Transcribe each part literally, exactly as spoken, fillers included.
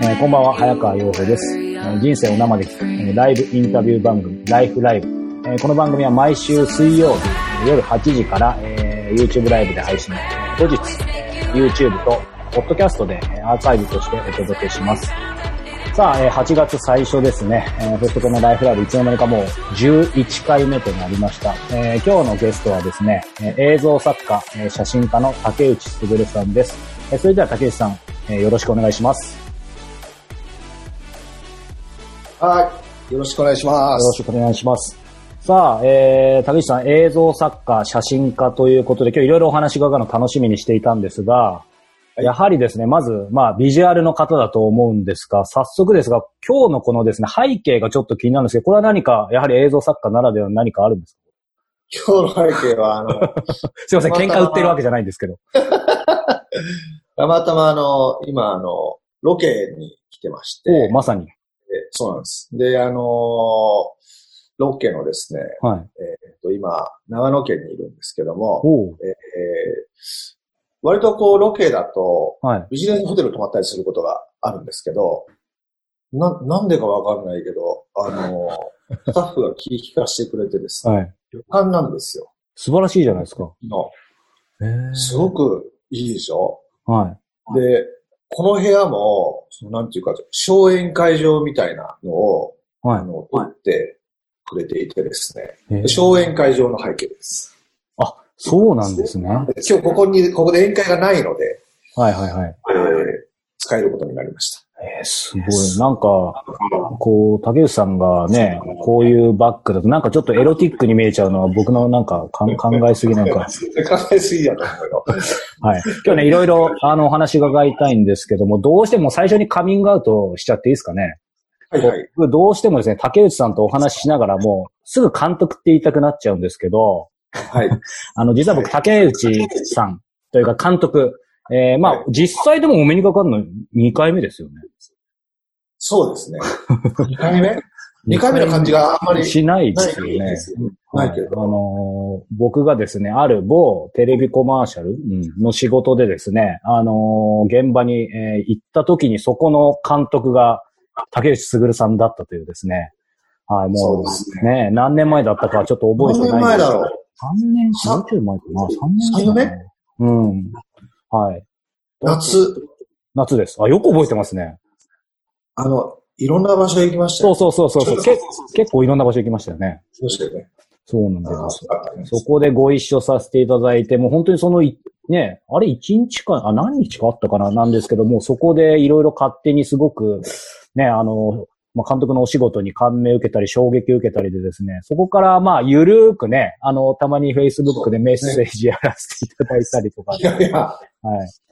えー、こんばんは、早川洋平です。えー、人生を生で聞く、えー、ライブインタビュー番組、ライフライブ。えー、この番組は毎週水曜日、夜はちじから、えー、YouTube ライブで配信。後日、えー、YouTube と、ポッドキャストでアーカイブとしてお届けします。さあ、えー、はちがつ最初ですね。えー、そしてこのライフライブいつの間にかもうじゅういっかいめとなりました。えー、今日のゲストはですね、えー、映像作家、えー、写真家の竹内卓さんです。えー、それでは竹内さん、えー、よろしくお願いします。 はい。よろしくお願いします。 よろしくお願いします。さあ、えー、竹内さん、映像作家、写真家ということで、今日いろいろお話伺うの楽しみにしていたんですが、はい、やはりですね、まず、まあ、ビジュアルの方だと思うんですが、早速ですが、今日のこのですね、背景がちょっと気になるんですけど、これは何か、やはり映像作家ならでは何かあるんですか？今日の背景は、あの、 すいません、喧嘩売ってるわけじゃないんですけど。 たまたま、あの、今、あの、ロケに来てまして。 おまさに。 そうなんです。で、あの、ロケのですね、はい、えっと、今、長野県にいるんですけども、えー、割とこう、ロケだと、はい、ビジネスホテル泊まったりすることがあるんですけど、な、なんでかわかんないけど、あの、スタッフが気利かしてくれてですね、はい、旅館なんですよ。 素晴らしいじゃないですか。 のすごくいいでしょ？ はい。 で、この部屋も、そのなんていうか、小宴会場みたいなのを、はい、あの、取ってくれていてですね。小宴会場の背景です。 あ、そうなんですね。 今日ここに、ここで宴会がないので、 はいはいはい。 えー、使えることになりました。 えー、すごい。なんか、こう、竹内さんがね、こういうバッグだと、なんかちょっとエロティックに見えちゃうのは僕のなんか考えすぎなんか。 考えすぎだと思うよ。 はい。今日ね、いろいろ、あの、お話伺いたいんですけども、どうしても最初にカミングアウトしちゃっていいですかね。 はいはい。 僕どうしてもですね、竹内さんとお話ししながらも、すぐ監督って言いたくなっちゃうんですけど、 はい。 あの、実は僕、竹内さんというか監督、えー、まあ、はい、実際でもお目にかかるのにかいめですよね。 そうですね。にかいめ ?に 回目の感じがあんまりしないですよね。 ないけど。 あのー、僕がですね、ある某テレビコマーシャルの仕事でですね、あのー、現場に、えー、行った時にそこの監督が竹内卓さんだったというですね。はい、もうね、ね何年前だったかちょっと覚えてないんですけど。 何年前だろう。 さんねん、もうちょい前かな。さんねんさん、よねんうん。はい。 夏。 夏です。あ、よく覚えてますね。 あの、いろんな場所行きましたよ。そうそうそうそう。結構いろんな場所行きましたよね。 そうですよね。 そうなんです。そこでご一緒させていただいて、もう本当にその、ね、あれ一日か、あ、何日かあったかななんですけども、そこでいろいろ勝手にすごく、ね、あの、まあ、監督のお仕事に感銘を受けたり、衝撃を受けたりでですね、そこからまあ、ゆるーくね、あの、たまに Facebook でメッセージやらせていただいたりとか。 いやいや。 はい。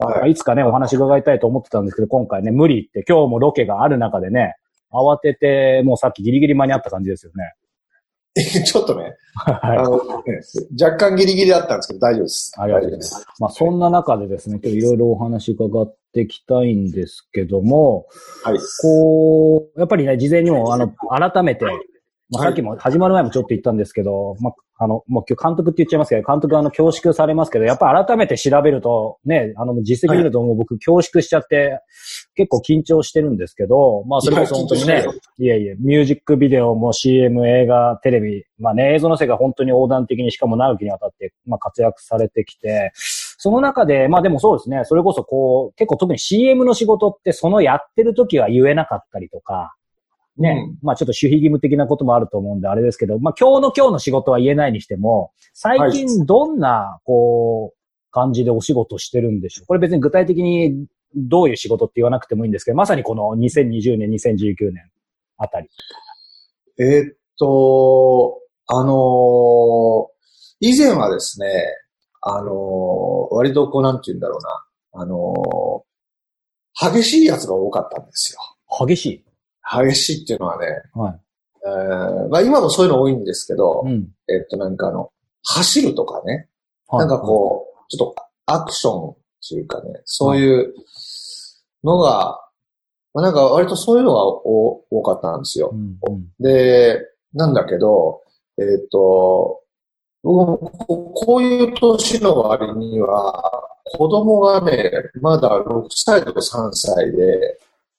はい、いつかね、お話伺いたいと思ってたんですけど、今回ね、無理って今日もロケがある中でね、慌てて、もうさっきギリギリ間に合った感じですよね。 ちょっとね、 はい、 あのね、若干ギリギリだったんですけど大丈夫です。 ありがとうございます。まあそんな中でですね、今日いろいろお話伺っていきたいんですけども、 はい。 こう、やっぱりね、事前にも、あの、改めて、まあ、さっきも始まる前もちょっと言ったんですけど、まあ、あの、もう今日監督って言っちゃいますけど、監督はあの、恐縮されますけど、やっぱり改めて調べると、ね、あの、実績見るともう僕恐縮しちゃって、結構緊張してるんですけど、まあ、それこそ本当にね、いえいえ、ミュージックビデオも シーエム、映画、テレビ、まあね、映像の世界本当に横断的にしかも長きにわたって、まあ、活躍されてきて、その中で、まあでもそうですね、それこそこう、結構特に シーエム の仕事ってそのやってる時は言えなかったりとか、ね、うん、まあちょっと守秘義務的なこともあると思うんであれですけど、まあ今日の今日の仕事は言えないにしても、最近どんな、こう、感じでお仕事してるんでしょう？これ別に具体的にどういう仕事って言わなくてもいいんですけど、まさにこのにせんにじゅうねん、にせんじゅうきゅうねんあたり。 えー、っと、あのー、以前はですね、あのー、割とこうなんて言うんだろうな、あのー、激しいやつが多かったんですよ。 激しい激しいっていうのはね、 はい。 えー、まあ今もそういうの多いんですけど、 うん、 えっとなんかあの、走るとかね、はい、なんかこう、ちょっとアクションっていうかね、そういうのが、はい、まあなんか割とそういうのが多かったんですよ。 うんうん、 で、なんだけど、えっと、僕もこういう年の割には、子供がね、まだろくさいとさんさいで、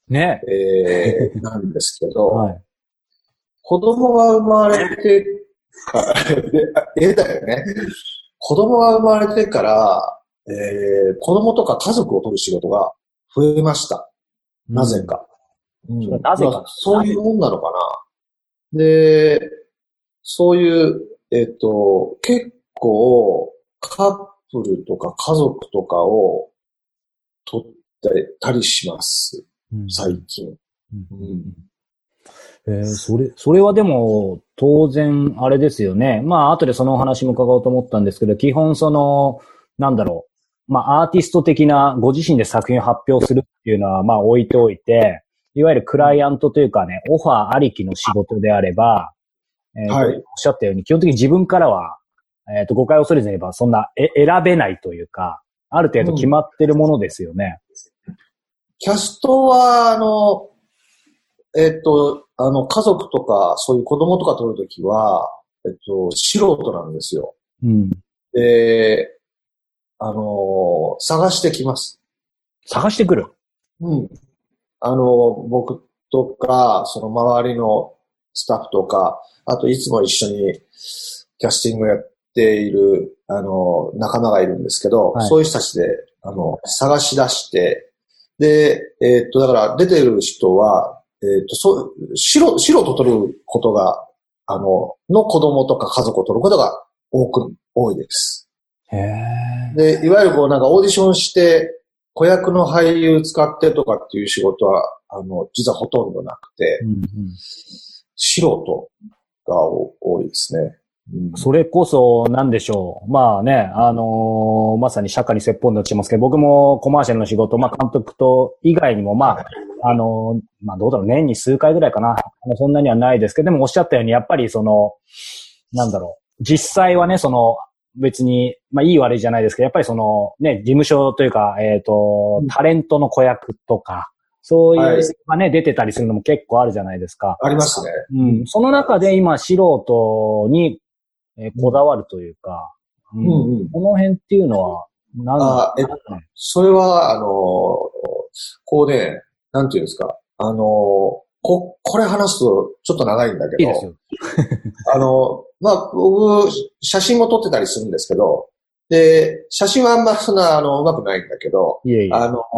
ね。 えー、なんですけど、 はい、 子供が生まれてから、えだよね。子供が生まれてから、えー、子供とか家族を取る仕事が増えました。なぜか。 うん、なぜか、まあ。 そういうもんなのかな。で、そういう、えっと、結構、カップルとか家族とかを取ったりします。うん、最近。うんうんえー、それ、それはでも、当然、あれですよね。まあ、後でそのお話も伺おうと思ったんですけど、基本その、なんだろう。まあ、アーティスト的な、ご自身で作品を発表するっていうのは、まあ、置いておいて、いわゆるクライアントというかね、オファーありきの仕事であれば、えーとはい、おっしゃったように、基本的に自分からは、えっと、誤解を恐れずに言えば、そんな、え、選べないというか、ある程度決まってるものですよね。 うん、キャストは、あの、えっと、あの、家族とか、そういう子供とか取るときは、えっと、素人なんですよ。 うん。 で、あの、探してきます。 探してくる？ うん。あの、僕とか、その周りのスタッフとか、あといつも一緒にキャスティングやっている、あの、仲間がいるんですけど、はい、そういう人たちで、あの、探し出して、で、えー、っと、だから出てる人は、えー、っと、そう、素人を取ることが、あの、の子供とか家族を取ることが多く、多いです。 へー。 で、いわゆるこうなんかオーディションして、子役の俳優使ってとかっていう仕事は、あの、実はほとんどなくて、 うんうん、 素人が多いですね。 うん、それこそ、なんでしょう。まあね、あのー、まさに釈迦に説法に落ちますけど、僕もコマーシャルの仕事、まあ監督と以外にも、まあ、あのー、まあどうだろう、年に数回ぐらいかな。そんなにはないですけど、でもおっしゃったように、やっぱりその、なんだろう、実際はね、その、別に、まあいい悪いじゃないですけど、やっぱりその、ね、事務所というか、えっと、タレントの子役とか、そういうがね、はい、出てたりするのも結構あるじゃないですか。 ありますね。 うん。その中で今、素人に、えー、こだわるというか、うんうんうん、この辺っていうのは何なんですかね。あ、え、それは、あの、こうね、なんていうんですか、あの、こ、これ話すとちょっと長いんだけど、 いいですよ。 あの、まあ、僕、写真も撮ってたりするんですけど、で、写真はあんまそんな、あの、上手くないんだけど、 いえいえあの、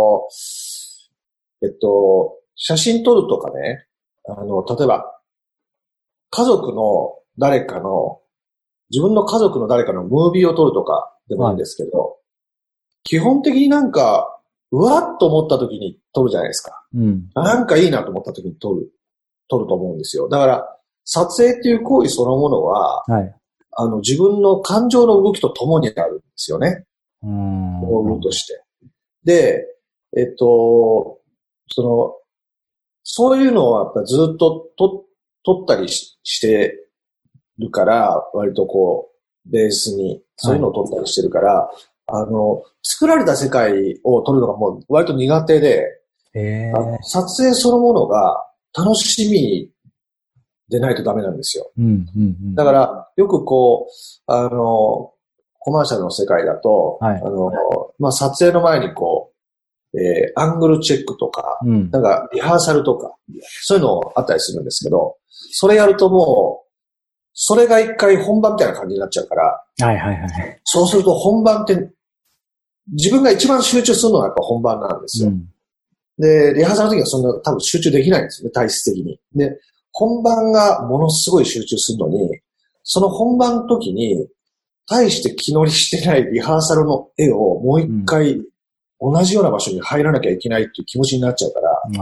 えっと、写真撮るとかね、あの、例えば、家族の誰かの、自分の家族の誰かのムービーを撮るとかでもいいんですけど、はい、基本的になんか、うわっと思った時に撮るじゃないですか。 うん、 なんかいいなと思った時に撮る、撮ると思うんですよ。だから、撮影っていう行為そのものは、 はい、 あの、自分の感情の動きとともにあるんですよね。 うーん。 道具として。で、えっと、その、そういうのをやっぱずっと撮、撮ったり し, してるから、割とこう、ベースに、そういうのを撮ったりしてるから、はい、あの、作られた世界を撮るのがもう割と苦手で、 へー、 あの撮影そのものが楽しみでないとダメなんですよ。 うんうんうん、 だから、よくこう、あの、コマーシャルの世界だと、 はい、 あの、まあ、撮影の前にこう、えー、アングルチェックとか、うん、なんかリハーサルとか、そういうのあったりするんですけど、それやるともう、それが一回本番みたいな感じになっちゃうから、 はいはいはい。 そうすると本番って、自分が一番集中するのはやっぱ本番なんですよ。うん、で、リハーサルの時はそんな多分集中できないんですよね、体質的に。で、本番がものすごい集中するのに、その本番の時に、大して気乗りしてないリハーサルの絵をもう一回同じような場所に入らなきゃいけないっていう気持ちになっちゃうから、 うん、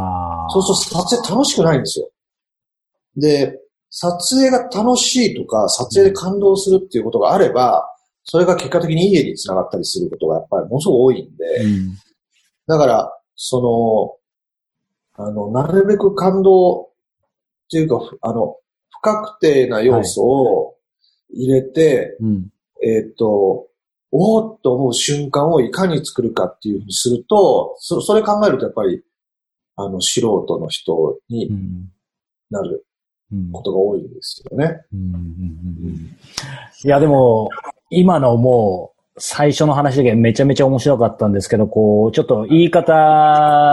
そうすると撮影楽しくないんですよ。で、撮影が楽しいとか、撮影で感動するっていうことがあれば、それが結果的にいい絵につながったりすることがやっぱりものすごく多いんで、 うん、 だから、その、あの、なるべく感動っていうか、あの、不確定な要素を入れて、はい、うん、えっと、おーっと思う瞬間をいかに作るかっていうふうにすると、そ, それ考えるとやっぱり、あの、素人の人になることが多いんですよね。 うんうんうんうん、いや、でも、今のもう、最初の話だけめちゃめちゃ面白かったんですけど、こう、ちょっと言い方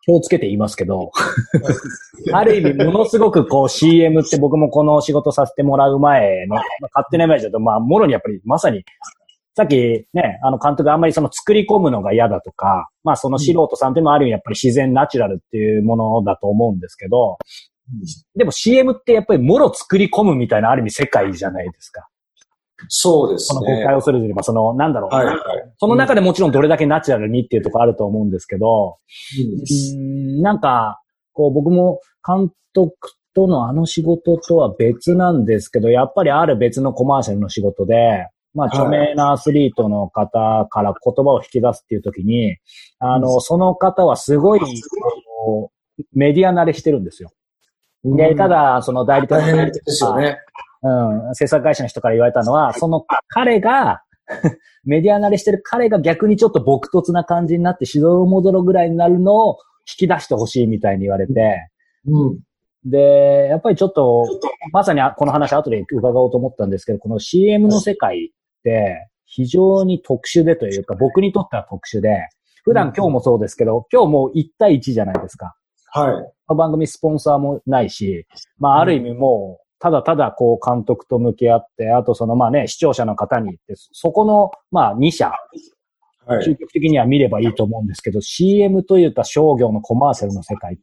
気をつけて言いますけど、ある意味ものすごくこう シーエム って僕もこの仕事させてもらう前の、まあ、勝手なイメージだと、まあ、もろにやっぱりまさに、さっきね、あの監督があんまりその作り込むのが嫌だとか、まあその素人さんっていうのもある意味やっぱり自然ナチュラルっていうものだと思うんですけど、でも シーエム ってやっぱりもろ作り込むみたいなある意味世界じゃないですか。 そうですね。 この誤解をするよりも、その、なんだろう、 はいはい。 その中でもちろんどれだけナチュラルにっていうところあると思うんですけど、うん、なんか、こう僕も監督とのあの仕事とは別なんですけど、やっぱりある別のコマーシャルの仕事で、まあ、著名なアスリートの方から言葉を引き出すっていう時に、あの、その方はすごい、メディア慣れしてるんですよ。で、ただ、その代理店の代理店ですよね。 うん、制作会社の人から言われたのは、その彼が、メディア慣れしてる彼が逆にちょっと朴突な感じになって、しどろもどろぐらいになるのを引き出してほしいみたいに言われて、うん、で、やっぱりちょっと、まさにこの話後で伺おうと思ったんですけど、この シーエム の世界って非常に特殊でというか、僕にとっては特殊で、普段今日もそうですけど、今日もういち対いちじゃないですか。 はい。 番組スポンサーもないし、まあある意味もう、ただただこう監督と向き合って、あとそのまあね、視聴者の方に言って、そこのまあに社、はい、究極的には見ればいいと思うんですけど、シーエム というか商業のコマーシャルの世界って、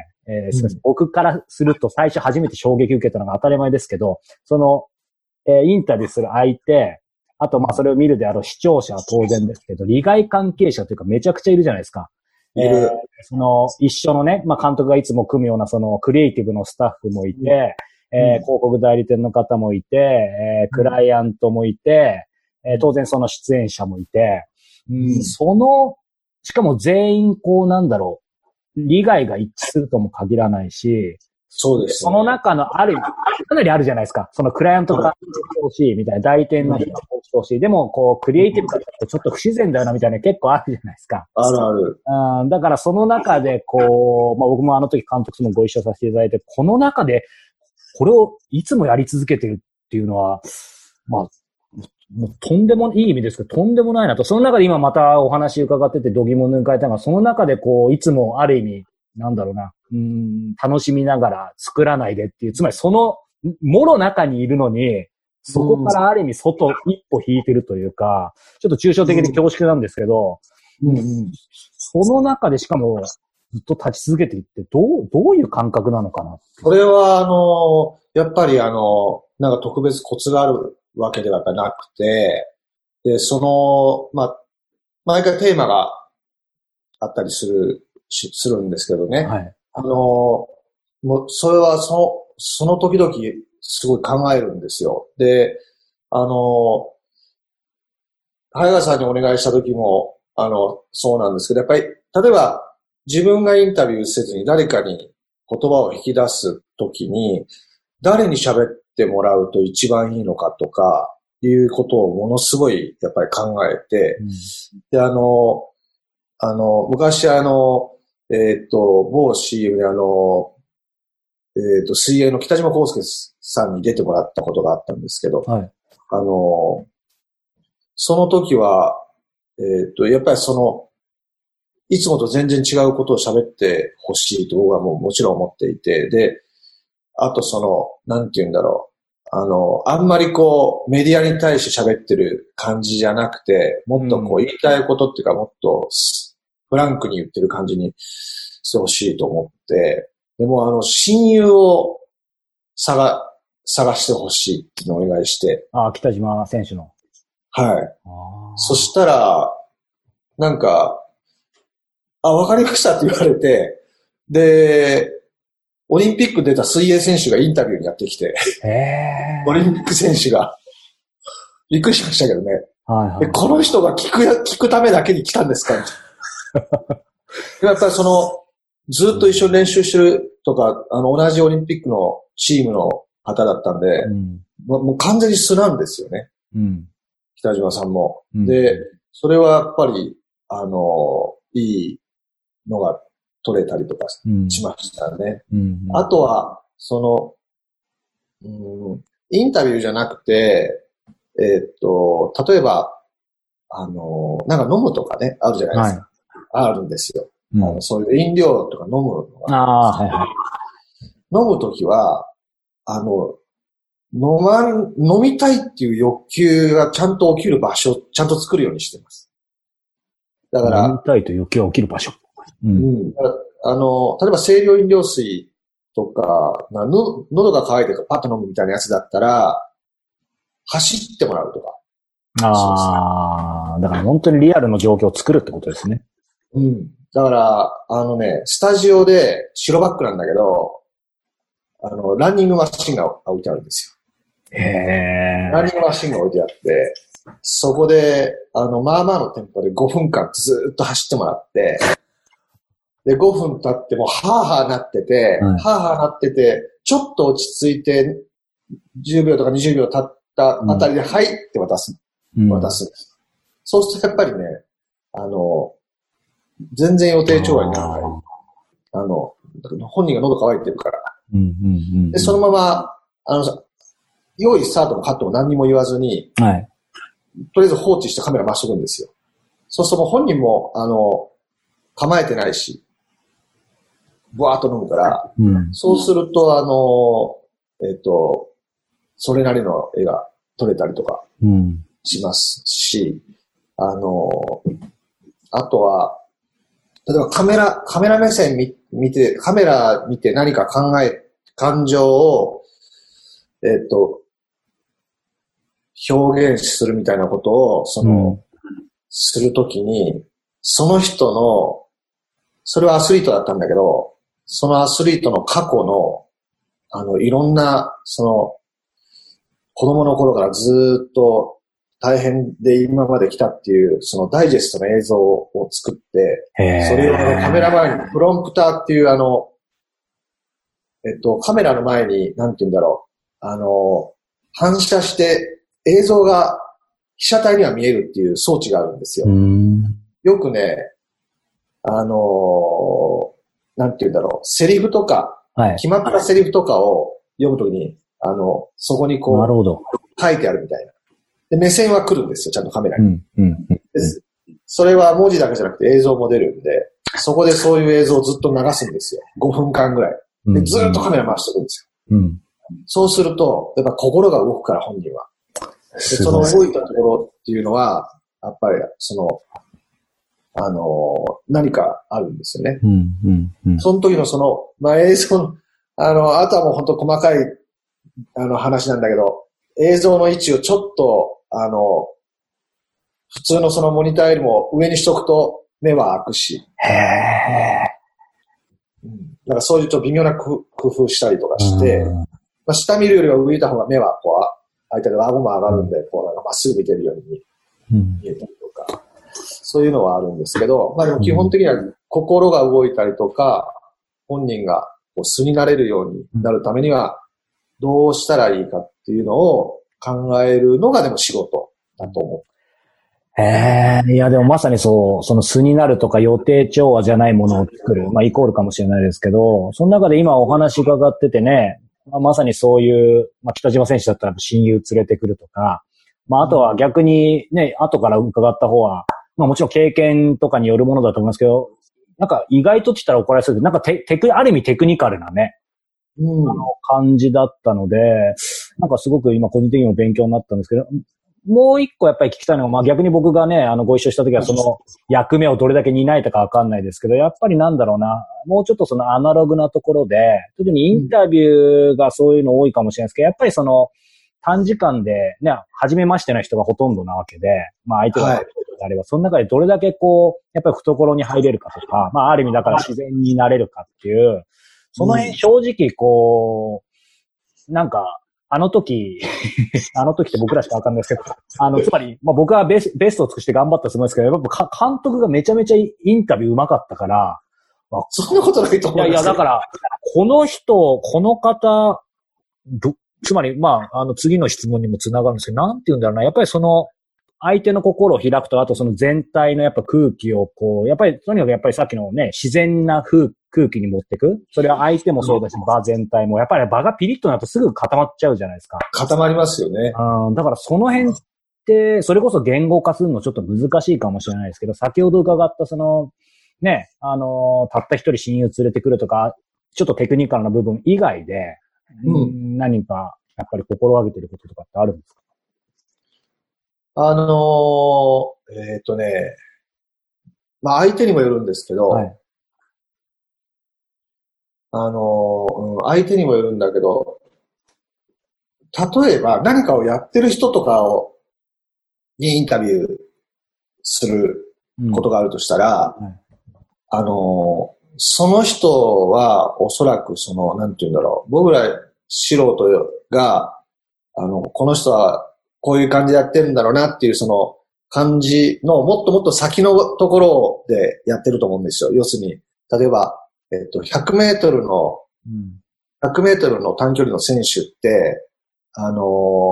えーうん、僕からすると最初初めて衝撃受けたのが当たり前ですけど、その、えー、インタビューする相手、あとまあそれを見るであろう視聴者は当然ですけど、利害関係者というかめちゃくちゃいるじゃないですか。いる。えー、その一緒のね、まあ監督がいつも組むようなそのクリエイティブのスタッフもいて、うんえー、広告代理店の方もいて、えー、クライアントもいて、えー、当然その出演者もいて、うん、その、しかも全員こうなんだろう、利害が一致するとも限らないし、 そうです、 ね。その中のある、かなりあるじゃないですか。そのクライアントが欲しいみたいな、代理店の人が欲しい。でも、こう、クリエイティブだとちょっと不自然だよなみたいな結構あるじゃないですか。 あるある。 うん、だからその中で、こう、まあ僕もあの時監督ともご一緒させていただいて、この中で、これをいつもやり続けてるっていうのは、まあ、もうとんでもいい意味ですけど、とんでもないなと。その中で今またお話伺ってて、度肝抜かれたのが、その中でこう、いつもある意味、なんだろうな、うーん、楽しみながら作らないでっていう、つまりその、もろ中にいるのに、そこからある意味外、一歩引いてるというか、ちょっと抽象的で恐縮なんですけど、うんうん、その中でしかも、ずっと立ち続けていって、どう、どういう感覚なのかな。 これは、あの、やっぱりあの、なんか特別コツがあるわけではなくて、で、その、まあ、毎回テーマがあったりする、しするんですけどね。はい。あの、もう、それはその、その時々すごい考えるんですよ。で、あの、早川さんにお願いした時も、あの、そうなんですけど、やっぱり、例えば、自分がインタビューせずに誰かに言葉を引き出すときに、誰に喋ってもらうと一番いいのかとか、いうことをものすごいやっぱり考えて、うん、で、あの、あの、昔あの、えっ、ー、と、某 シーエム であの、えっ、ー、と、水泳の北島康介さんに出てもらったことがあったんですけど、はい、あの、その時は、えっ、ー、と、やっぱりその、いつもと全然違うことを喋ってほしいと僕はもうもちろん思っていて、で、あとその、なんて言うんだろう。あの、あんまりこう、メディアに対して喋ってる感じじゃなくて、もっとこう、言いたいことっていうか、もっと、フランクに言ってる感じにしてほしいと思って、でもあの、親友を探、探してほしいっていうのをお願いして。 ああ、北島選手の。 はい。そしたら、なんか、あ、わかりましたって言われて、で、オリンピック出た水泳選手がインタビューにやってきて、 へオリンピック選手が、びっくりしましたけどね。はいはい、この人が聞く、聞くためだけに来たんですかやっぱりその、ずっと一緒に練習してるとか、あの、同じオリンピックのチームの方だったんで、うん、もう完全に素なんですよね。うん、北島さんも、うん。で、それはやっぱり、あの、いいのが取れたりとかしましたね。うんうんうん、あとは、その、うん、インタビューじゃなくて、えー、っと、例えば、あの、なんか飲むとかね、あるじゃないですか。はい、あるんですよ。 うん、あのそういう飲料とか飲むのが。 ああ、はいはい。 飲むときは、あの、飲まん、飲みたいっていう欲求がちゃんと起きる場所、ちゃんと作るようにしてます。だから、 飲みたいという欲求が起きる場所。 うん。うん、あの、例えば清涼飲料水とか、の喉が渇いてるとパッと飲むみたいなやつだったら、走ってもらうとか。 ああ、だから本当にリアルの状況を作るってことですね。 うん。だから、あのね、スタジオで白バックなんだけど、あの、ランニングマシンが置いてあるんですよ。へー。 ランニングマシンが置いてあって、そこで、あの、まあまあのテンポでごふんかんずっと走ってもらって、で、ごふん経ってもう、はぁはぁなってて、うん、はぁはぁなってて、ちょっと落ち着いて、じゅうびょうとかにじゅうびょう経ったあたりで、うん、はいって渡す。渡すんです。うん、そうするとやっぱりね、あの、全然予定調和にならない。あの、本人が喉乾いてるから。 うんうんうんうん、 で、そのまま、あの、用意スタートもカットも何にも言わずに、 はい、 とりあえず放置してカメラ回しておくんですよ。そうすると本人も、あの、構えてないし、ブワーっと飲むから、うん、そうすると、あの、えっと、それなりの絵が撮れたりとかしますし、うん、あの、あとは、例えばカメラ、カメラ目線見、見て、カメラ見て何か考え、感情を、えっと、表現するみたいなことを、その、うん、するときに、その人の、それはアスリートだったんだけど、そのアスリートの過去の、あの、いろんな、その、子供の頃からずっと大変で今まで来たっていう、そのダイジェストの映像を作って、それをカメラ前に、プロンプターっていうあの、えっと、カメラの前に、なんて言うんだろう、あの、反射して映像が被写体には見えるっていう装置があるんですよ。よくね、あの、なんて言うんだろう、セリフとか、はい、決まったセリフとかを読むときに、あの、そこにこう、 なるほど。 書いてあるみたいな。で、目線は来るんですよ、ちゃんとカメラに。 うんうんうん、 それは文字だけじゃなくて映像も出るんで、そこでそういう映像をずっと流すんですよ。ごふんかんぐらい。で、ずっとカメラ回しておくんですよ。うん、そうすると、やっぱ心が動くから本人は。で、その動いたところっていうのは、やっぱり、その、あの、何かあるんですよね。 うんうんうん、 その時のその、まあ、映像の、あの、あとはもう本当細かい、あの話なんだけど、映像の位置をちょっと、あの、普通のそのモニターよりも上にしとくと目は開くし。 へー。うん。なんかそういうちょっと微妙な工夫したりとかして、まあ、下見るよりは上見た方が目はこう、開いたり顎も上がるんで、こうなんかまっすぐ見てるように見えたりとか、そういうのはあるんですけど、まあでも基本的には心が動いたりとか、本人がこう素になれるようになるためには、どうしたらいいかっていうのを考えるのがでも仕事だと思う。 ええー、いやでもまさにそう、その素になるとか予定調和じゃないものを作る。まあイコールかもしれないですけど、その中で今お話伺っててね、まあ、まさにそういう、まあ北島選手だったら親友連れてくるとか、まああとは逆にね、後から伺った方は、まあもちろん経験とかによるものだと思いますけど、なんか意外とって言ったら怒られそうですけど、なんかテテク、ある意味テクニカルなね、うん、あの感じだったので、なんかすごく今個人的にも勉強になったんですけど、もう一個やっぱり聞きたいのは、まあ逆に僕がね、あのご一緒した時はその役目をどれだけ担えたかわかんないですけど、やっぱりなんだろうな、もうちょっとそのアナログなところで、特にインタビューがそういうの多いかもしれないですけど、やっぱりその短時間でね、初めましての人がほとんどなわけで、まあ相手があれば、その中でどれだけこう、やっぱり懐に入れるかとか、まあある意味だから自然になれるかっていう、その辺正直こう、なんか、あの時、あの時って僕らしかわかんないですけど、あの、つまり、まあ僕はベス、ベストを尽くして頑張ったつもりですけど、やっぱ監督がめちゃめちゃインタビュー上手かったから、 まあ、そんなことないと思います。いやいや、だから、この人、この方、ど、つまり、まあ、あの次の質問にもつながるんですけど、なんて言うんだろうな、やっぱりその、相手の心を開くと、あとその全体のやっぱ空気をこう、やっぱり、とにかくやっぱりさっきのね、自然な風、空気に持ってく。それは相手もそうだし、場全体も。やっぱり場がピリッとなるとすぐ固まっちゃうじゃないですか。 固まりますよね。 うん、だからその辺って、それこそ言語化するのちょっと難しいかもしれないですけど、先ほど伺ったその、 ね、あのー、たった一人親友連れてくるとか、ちょっとテクニカルな部分以外で、うん、何か、やっぱり心がけてることとかってあるんですか？ あのー、えっとね、まあ相手にもよるんですけど、はい、あのー、うん、相手にもよるんだけど、例えば何かをやってる人とかを、にインタビューすることがあるとしたら、うんはい、あのー、その人はおそらくその、なんて言うんだろう、僕ら素人が、あの、この人はこういう感じでやってるんだろうなっていうその感じのもっともっと先のところでやってると思うんですよ。要するに、例えば、えっと、ひゃくメートルの、ひゃくメートルの短距離の選手って、あのー、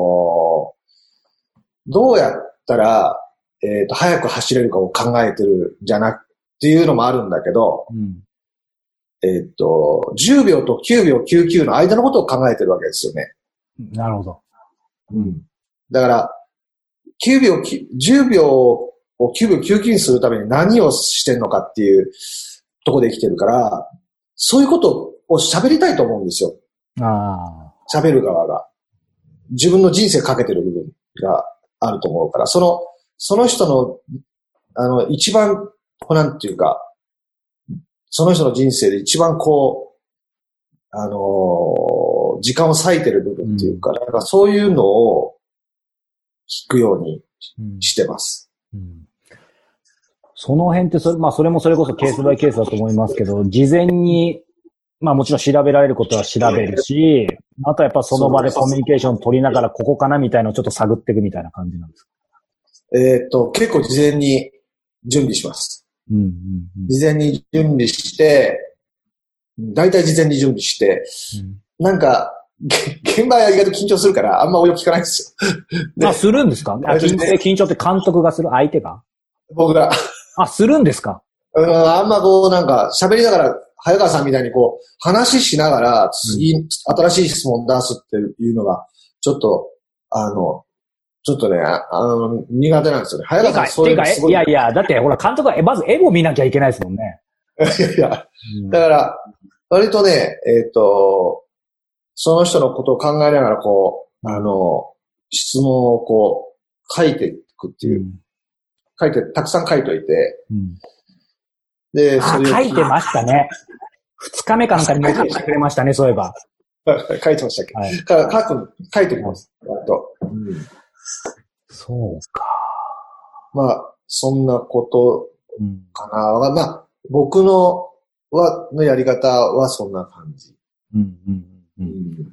どうやったら、えっと、速く走れるかを考えてるんじゃなくっていうのもあるんだけど、うん、えっと、じゅうびょうときゅうびょうきゅうじゅうきゅうの間のことを考えてるわけですよね。 なるほど。 うん。だから、きゅうびょう、じゅうびょうをきゅうびょうきゅうじゅうきゅうにするために何をしてるのかっていうところで生きてるから、そういうことを喋りたいと思うんですよ。ああ。喋る側が。自分の人生かけてる部分があると思うから、その、その人の、あの、一番、なんていうか、その人の人生で一番こう、あのー、時間を割いてる部分っていうか、うん、なんかそういうのを聞くようにしてます。うんうん、 その辺ってそれ、まあそれもそれこそケースバイケースだと思いますけど、事前に、まあもちろん調べられることは調べるし、あとはやっぱその場でコミュニケーション取りながらここかなみたいなのをちょっと探っていくみたいな感じなんですか？ えっと、結構事前に準備します。うんうんうん、事前に準備して、だいたい事前に準備して、うん、なんか、現場は意外と緊張するから、あんま応用聞かないんですよ。あ、するんですか？緊張、緊張って監督がする相手が僕が。 あ、するんですか？ うん、あんまこう、なんか、喋りながら、早川さんみたいにこう、話しながら、次、うん、新しい質問出すっていうのが、ちょっと、あの、ちょっとね、あの、苦手なんですよね。早川さんそういうのすごい。 いやいや、だってほら、監督は、まずエゴ見なきゃいけないですもんね。 いやいや、うん、だから、割とね、えっと、その人のことを考えながら、こう、あの、質問をこう、書いていくっていう。うん、書いて、たくさん書いといて。うん、 で、それを。書いてましたね。二日目かなんかに持ってきてくれましたね、そういえば。 書いてましたっけ、はい、か書く、書いてきます。割と。うんそうか。 まあ、そんなことかな。うん、まあ、僕のは、のやり方はそんな感じ。うんうんうんうん、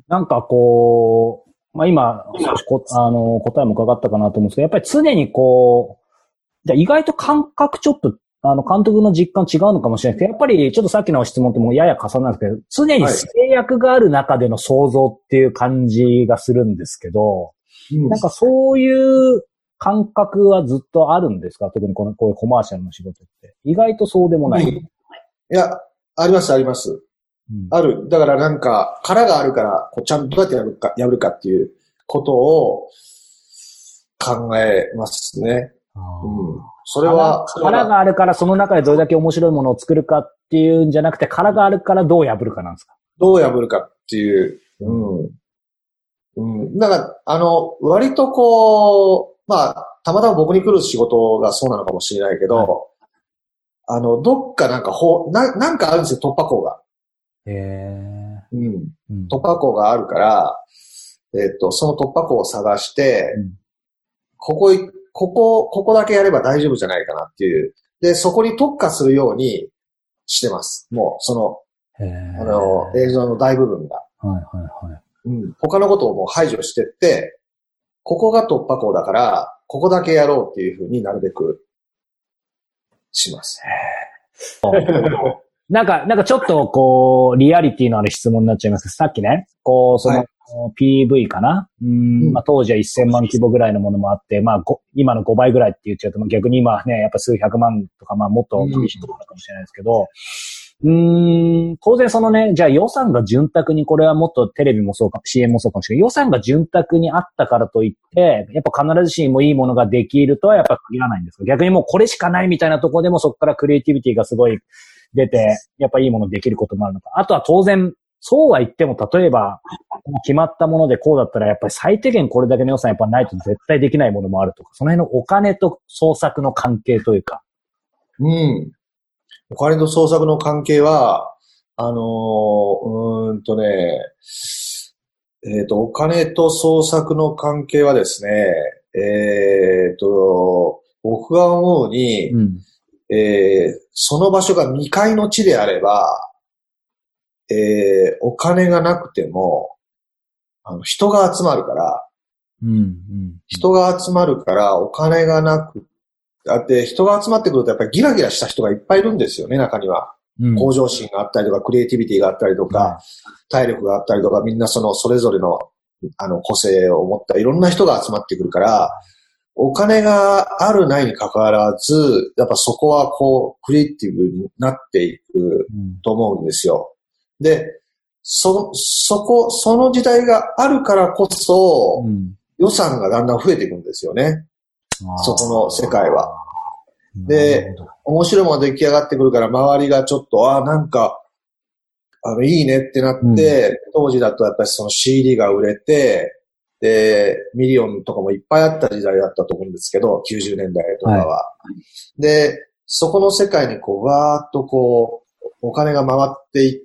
なんかこう、まあ今、こあの答えも伺ったかなと思うんですけど、やっぱり常にこう、じゃ意外と感覚ちょっと、あの監督の実感違うのかもしれないですけど、やっぱりちょっとさっきの質問ともやや重なるんですけど、常に制約がある中での想像っていう感じがするんですけど、なんかそういう感覚はずっとあるんですか？特にこのこういうコマーシャルの仕事って。意外とそうでもない。うん、いや、ありますあります。うん、ある。だからなんか殻があるからこうちゃんとどうやってやるか、やるかっていうことを考えますね。うん、それは殻があるからその中でどれだけ面白いものを作るかっていうんじゃなくて、殻があるからどう破るかなんですか？ どう破るかっていう。うんうん。だから、あの、割とこう、まあ、たまたま僕に来る仕事がそうなのかもしれないけど、はい、あの、どっかなんかほう、な、なんかあるんですよ、突破口が。へー。うん。うん、突破口があるから、えっと、その突破口を探して、うん、ここ、ここ、ここだけやれば大丈夫じゃないかなっていう。で、そこに特化するようにしてます。もう、その、あの、映像の大部分が。はいはいはい。うん、他のことをもう排除してって、ここが突破口だから、ここだけやろうっていうふうになるべくします。 なんか、なんかちょっとこう、リアリティのある質問になっちゃいますけど、さっきね、こう、その、はい、ピーブイ かな、うん、まあ、当時はせんまん規模ぐらいのものもあって、まあ、今のごばいぐらいって言っちゃうと、逆に今ね、やっぱ数百万とか、まあ、もっと厳しいところかもしれないですけど、 うーん、当然そのね、じゃあ予算が潤沢に、これはもっとテレビもそうか、シーエム もそうかもしれない。予算が潤沢にあったからといって、やっぱ必ずしもいいものができるとはやっぱ限らないんですか？逆にもうこれしかないみたいなところでもそこからクリエイティビティがすごい出て、やっぱいいものできることもあるのか。あとは当然、そうは言っても、例えば、決まったものでこうだったら、やっぱり最低限これだけの予算やっぱないと絶対できないものもあるとか、その辺のお金と創作の関係というか。 うん。お金と創作の関係は、あのー、うーんとね、えっと、お金と創作の関係はですね、えっと、僕が思うに、うんえー、その場所が未開の地であれば、えー、お金がなくても、あの、人が集まるから、うんうん、人が集まるからお金がなく、だって人が集まってくるとやっぱりギラギラした人がいっぱいいるんですよね、中には。うん、向上心があったりとか、クリエイティビティがあったりとか、うん、体力があったりとか、みんなその、それぞれの、あの、個性を持ったいろんな人が集まってくるから、お金があるないに関わらず、やっぱそこはこう、クリエイティブになっていくと思うんですよ。うん、で、そ、そこ、その時代があるからこそ、うん、予算がだんだん増えていくんですよね。そこの世界は。で、面白いものが出来上がってくるから、周りがちょっと、ああ、なんか、あの、いいねってなって、うん、当時だとやっぱりその シーディー が売れて、で、ミリオンとかもいっぱいあった時代だったと思うんですけど、きゅうじゅうねんだいとかは。はい、で、そこの世界にこう、わーっとこう、お金が回っていって、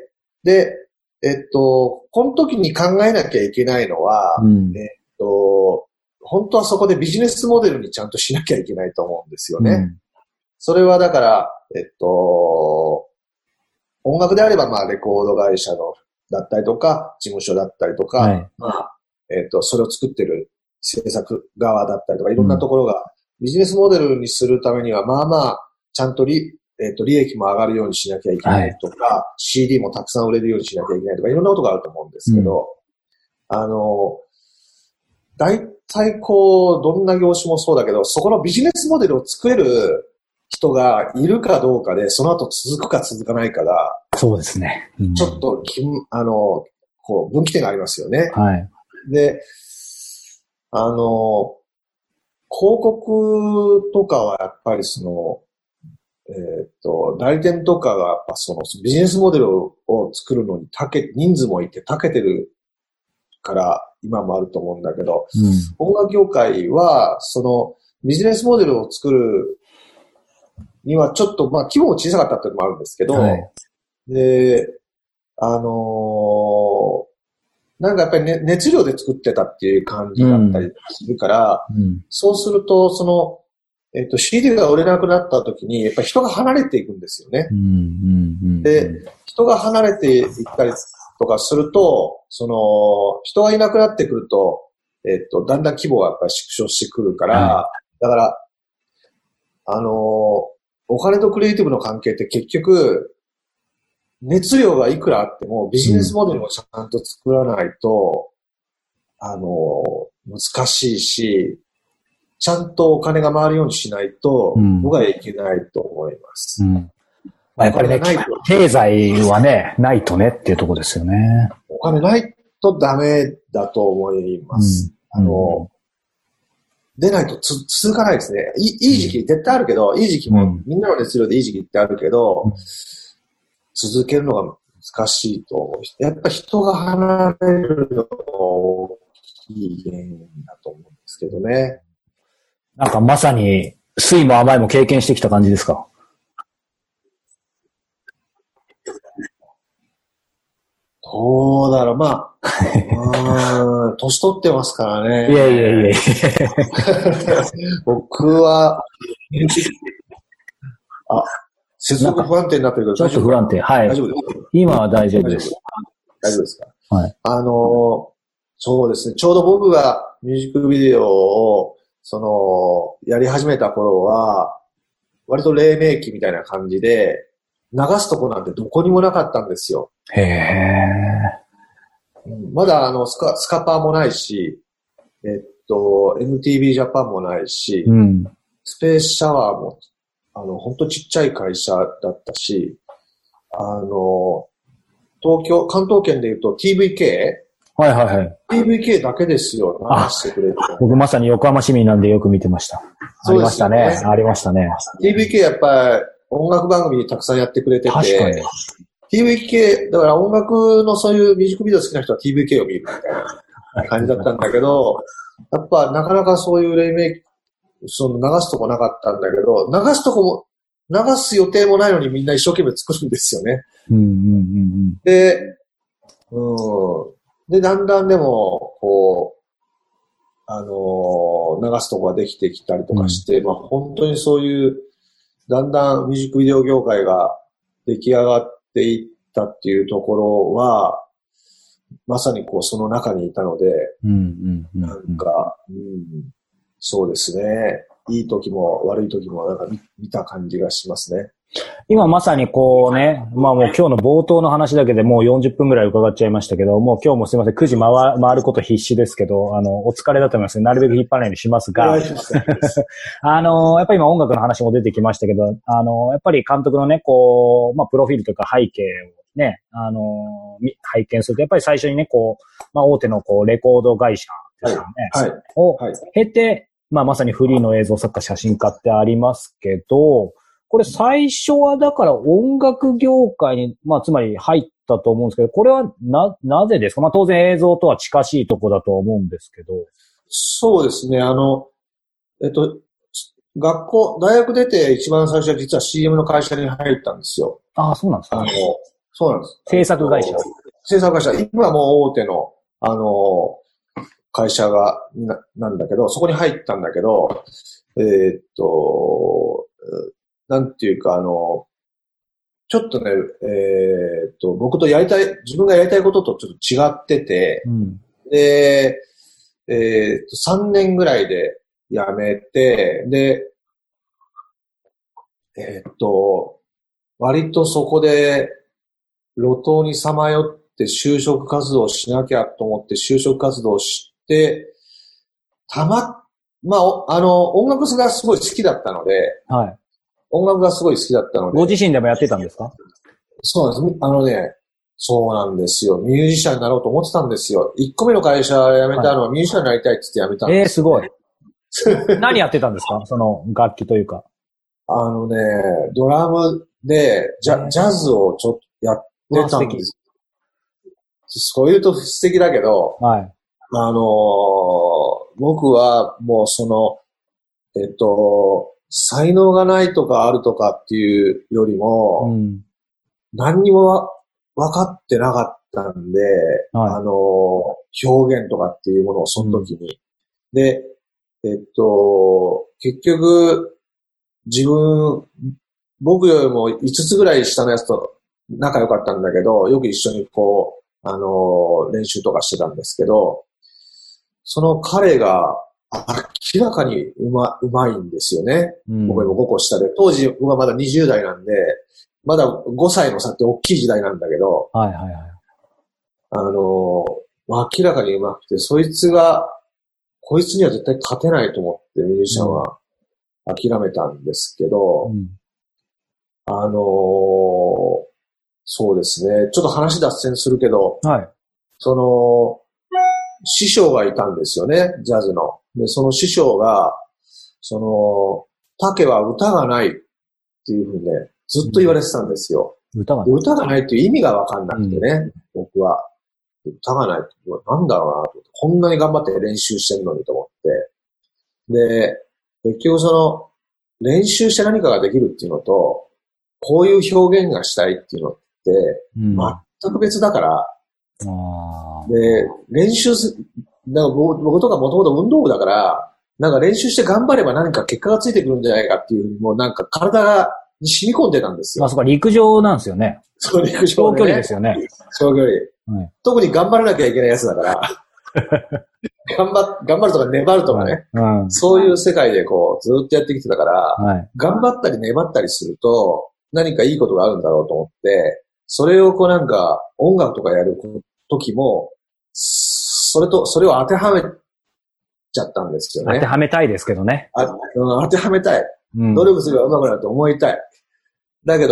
で、えっと、この時に考えなきゃいけないのは、うん、えっと、本当はそこでビジネスモデルにちゃんとしなきゃいけないと思うんですよね。うん、それはだから、えっと、音楽であれば、まあ、レコード会社の、だったりとか、事務所だったりとか、はい、まあ、えっと、それを作ってる制作側だったりとか、いろんなところが、ビジネスモデルにするためには、まあまあ、ちゃんと利、えっと、利益も上がるようにしなきゃいけないとか、はい、シーディー もたくさん売れるようにしなきゃいけないとか、いろんなことがあると思うんですけど、うん、あの、大体こう、どんな業種もそうだけど、そこのビジネスモデルを作れる人がいるかどうかで、その後続くか続かないかが、 そうですね。 うん、ちょっとき、あの、こう、分岐点がありますよね。 はい。 で、あの、広告とかはやっぱりその、えっと、代理店とかがやっぱそのビジネスモデルを作るのにたけ、人数もいて長けてるから今もあると思うんだけど、うん、音楽業界はそのビジネスモデルを作るにはちょっとまあ規模も小さかったっていうのもあるんですけど、はい、で、あのーなんかやっぱり、ね、熱量で作ってたっていう感じだったりするから、うんうん、そうすると、その、えっと、シーディー が売れなくなった時に、やっぱり人が離れていくんですよね。うんうんうん、で、人が離れていったりとかすると、その、人がいなくなってくると、えっと、だんだん規模がやっぱり縮小してくるから、はい、だから、あのー、お金とクリエイティブの関係って結局、熱量がいくらあってもビジネスモデルをちゃんと作らないと、うん、あの、難しいし、ちゃんとお金が回るようにしないと、僕はいけないと思います。 うんうんまあ、やっぱりね、経済はね、ないとねっていうところですよね。 お金ないとダメだと思います。うん、あの、出ないとつ続かないですね。いい、いい時期絶対あるけど、いい時期も、みんなの熱量でいい時期ってあるけど、うん続けるのが難しいと思う。やっぱ人が離れるのが大きい原因だと思うんですけどね。 なんかまさに、酸いも甘いも経験してきた感じですか？ どうだろう、まあ、うん、年取ってますからね。 いやいやいやいや僕は、あ、接続不安定になってるけど、 ちょっと不安定。はい。大丈夫ですか？今は大丈夫です。 大丈夫ですか？ はい。 あの、そうですね。ちょうど僕がミュージックビデオを、その、やり始めた頃は、割と黎明期みたいな感じで、流すとこなんてどこにもなかったんですよ。 へー。まだあのスカ、スカパーもないし、えっと、エムティービー ジャパンもないし、うん、スペースシャワーもあの、ほんとちっちゃい会社だったし、 あの、東京、関東圏で言うと ティーブイケー? はいはいはい。 ティーブイケー だけですよ、流してくれる。 僕まさに横浜市民なんでよく見てました。ありましたね。ありましたね。 ティーブイケー やっぱり音楽番組たくさんやってくれてて。 確かに。 ティーブイケー、だから音楽のそういうミュージックビデオ好きな人は ティーブイケー を見るみたいな感じだったんだけど、やっぱなかなかそういう黎明、その流すとこなかったんだけど、流すとこも、流す予定もないのにみんな一生懸命作るんですよね。 うんうんうんうん、 で、うん。で、だんだんでも、こう、あのー、流すとこができてきたりとかして、うん、まあ本当にそういう、だんだんミュージックビデオ業界が出来上がっていったっていうところは、まさにこうその中にいたので、 うんうんうん、 なんか、うん、そうですね。いい時も悪い時もなんか 見, 見た感じがしますね。 今まさにこうね、まあもう今日の冒頭の話だけでもうよんじゅっぷんぐらい伺っちゃいましたけど、もう今日もすいません、くじ回、回ること必死ですけど、あの、お疲れだと思いますね。なるべく引っ張らないようにしますが、あの、やっぱり今音楽の話も出てきましたけど、あの、やっぱり監督のね、こう、まあプロフィールとか背景をね、あの、拝見すると、やっぱり最初にね、こう、まあ大手のこう、レコード会社ですよね、 はいはい、 を経て、まあまさにフリーの映像作家、写真家ってありますけど、これ最初はだから音楽業界に、まあつまり入ったと思うんですけど、これはな、なぜですか？まあ当然映像とは近しいとこだと思うんですけど。 そうですね。あの、えっと、学校、大学出て一番最初は実は シーエム の会社に入ったんですよ。 ああ、そうなんですか、 あの、そうなんです。 制作会社。 制作会社。今はもう大手の、あの、会社がな、なんだけど、そこに入ったんだけど、えー、っと、なんていうか、あの、ちょっとね、えー、っと、僕とやりたい、自分がやりたいこととちょっと違ってて、 うん、 で、えー、っと、さんねんぐらいで辞めて、で、えー、っと、割とそこで路頭にさまよって就職活動しなきゃと思って就職活動して、たま、まあ、あの、音楽がすごい好きだったので、 はい。 音楽がすごい好きだったので。 ご自身でもやってたんですか？ そうなんです。あのね、そうなんですよ。ミュージシャンになろうと思ってたんですよ。いっこめの会社辞めたのはミュージシャンになりたいって言って辞めたんですよ、ね。 えー、すごい。何やってたんですか？その楽器というか。 あのね、ドラムでジャ、ジャズをちょっとやってたんです。そういうと素敵だけど、 はい。 あのー、僕はもうその、えっと、才能がないとかあるとかっていうよりも、うん、何にも分かってなかったんで、はい、あの、表現とかっていうものをその時に。うん、で、えっと、結局、自分、僕よりもいつつぐらい下のやつと仲良かったんだけど、よく一緒にこう、あの、練習とかしてたんですけど、その彼が、明らかにうま、うまいんですよね。うん、僕よりもごこ下で。当時、僕はまだにじゅう代なんで、まだごさいの差って大きい時代なんだけど、 はいはいはい。 あの、明らかにうまくて、そいつが、こいつには絶対勝てないと思ってミュージシャンは諦めたんですけど、うん、あの、そうですね。ちょっと話脱線するけど、 はい。 その、師匠がいたんですよね、ジャズの。で、その師匠が、その、竹は歌がないっていうふうにね、ずっと言われてたんですよ。 うん、歌がない。歌がないっていう意味がわかんなくてね、うん、僕は。歌がないって、なんだろうなと。こんなに頑張って練習してるのにと思って。で、結局その、練習して何かができるっていうのと、こういう表現がしたいっていうのって、全く別だから、 うん、 で、練習す、なんか僕とかもともと運動部だから、なんか練習して頑張れば何か結果がついてくるんじゃないかっていう、もうなんか体がに染み込んでたんですよ。 まあそこは陸上なんですよね。 そう、陸上、 ね。長距離ですよね。 長距離。はい、特に頑張らなきゃいけないやつだから、頑張、頑張るとか粘るとかね、うん、そういう世界でこうずっとやってきてたから、はい、頑張ったり粘ったりすると何かいいことがあるんだろうと思って、それをこうなんか音楽とかやる時も、それと、それを当てはめちゃったんですよね。 当てはめたいですけどね。 あ、うん、当てはめたい。うん、努力すれば上手くなると思いたい。だけど、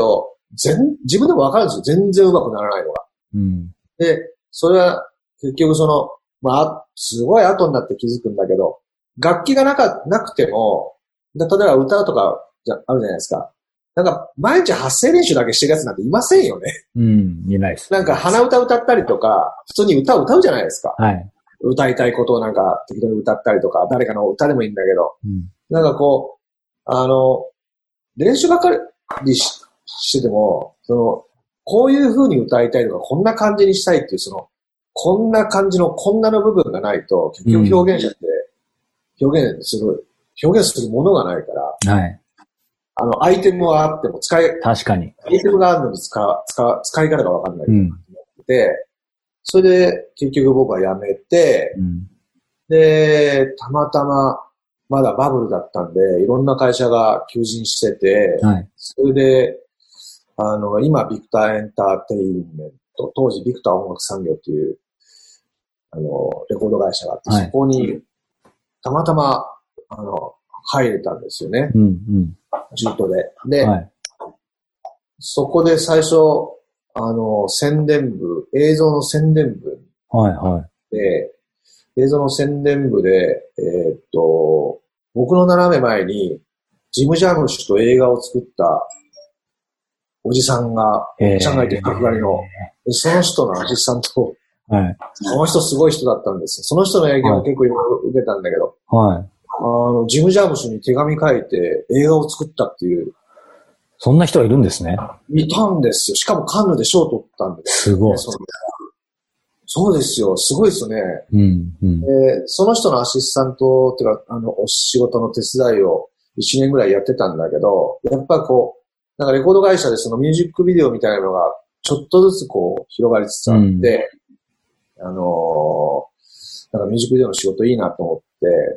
全、自分でもわかるんですよ。全然上手くならないのが。 うん、 で、それは結局その、まあ、すごい後になって気づくんだけど、楽器がなか、なくても、例えば歌とかじゃあるじゃないですか。なんか、毎日発声練習だけしてるやつなんていませんよね。 うん、いないです。 なんか鼻歌歌ったりとか、普通に歌を歌うじゃないですか。 はい。 歌いたいことをなんか適当に歌ったりとか、誰かの歌でもいいんだけど、うん、なんかこう、あの、練習ばっかり し, してても、その、こういう風に歌いたいとか、こんな感じにしたいっていう、その、こんな感じの、こんなの部分がないと、結局表現者って、表現する、表現するものがないから、はい。あの、アイテムはあっても使い、 確かに。 アイテムがあるのに使う、使う、使い方がわかんないと思って、うん、それで結局僕は辞めて、うん、で、たまたま、まだバブルだったんで、いろんな会社が求人してて、はい、それで、あの、今、ビクターエンターテインメント、当時ビクター音楽産業っていう、あの、レコード会社があって、はい、そこに、たまたま、あの、入れたんですよね。うんうん。ジュートで。で、はい、そこで最初、あの、宣伝部、映像の宣伝部はいはい。 で、映像の宣伝部で、えー、っと、僕の斜め前に、ジム・ジャムシュと映画を作ったおじさんが、おじさんがいて、角刈りの、その人のアシスタントを、はい、その人すごい人だったんですよ。その人の影響を結構いろいろ受けたんだけど、はい、あの、ジム・ジャムシュに手紙書いて映画を作ったっていう。 そんな人がいるんですね。 いたんですよ。しかもカンヌで賞を取ったんです、 ね。すごい。 そうですよ。すごいですよね。うんうん、でその人のアシスタントっていうか、あの、お仕事の手伝いをいちねんぐらいやってたんだけど、やっぱこう、なんかレコード会社でそのミュージックビデオみたいなのがちょっとずつこう広がりつつあって、うん、あのー、なんかミュージックビデオの仕事いいなと思って、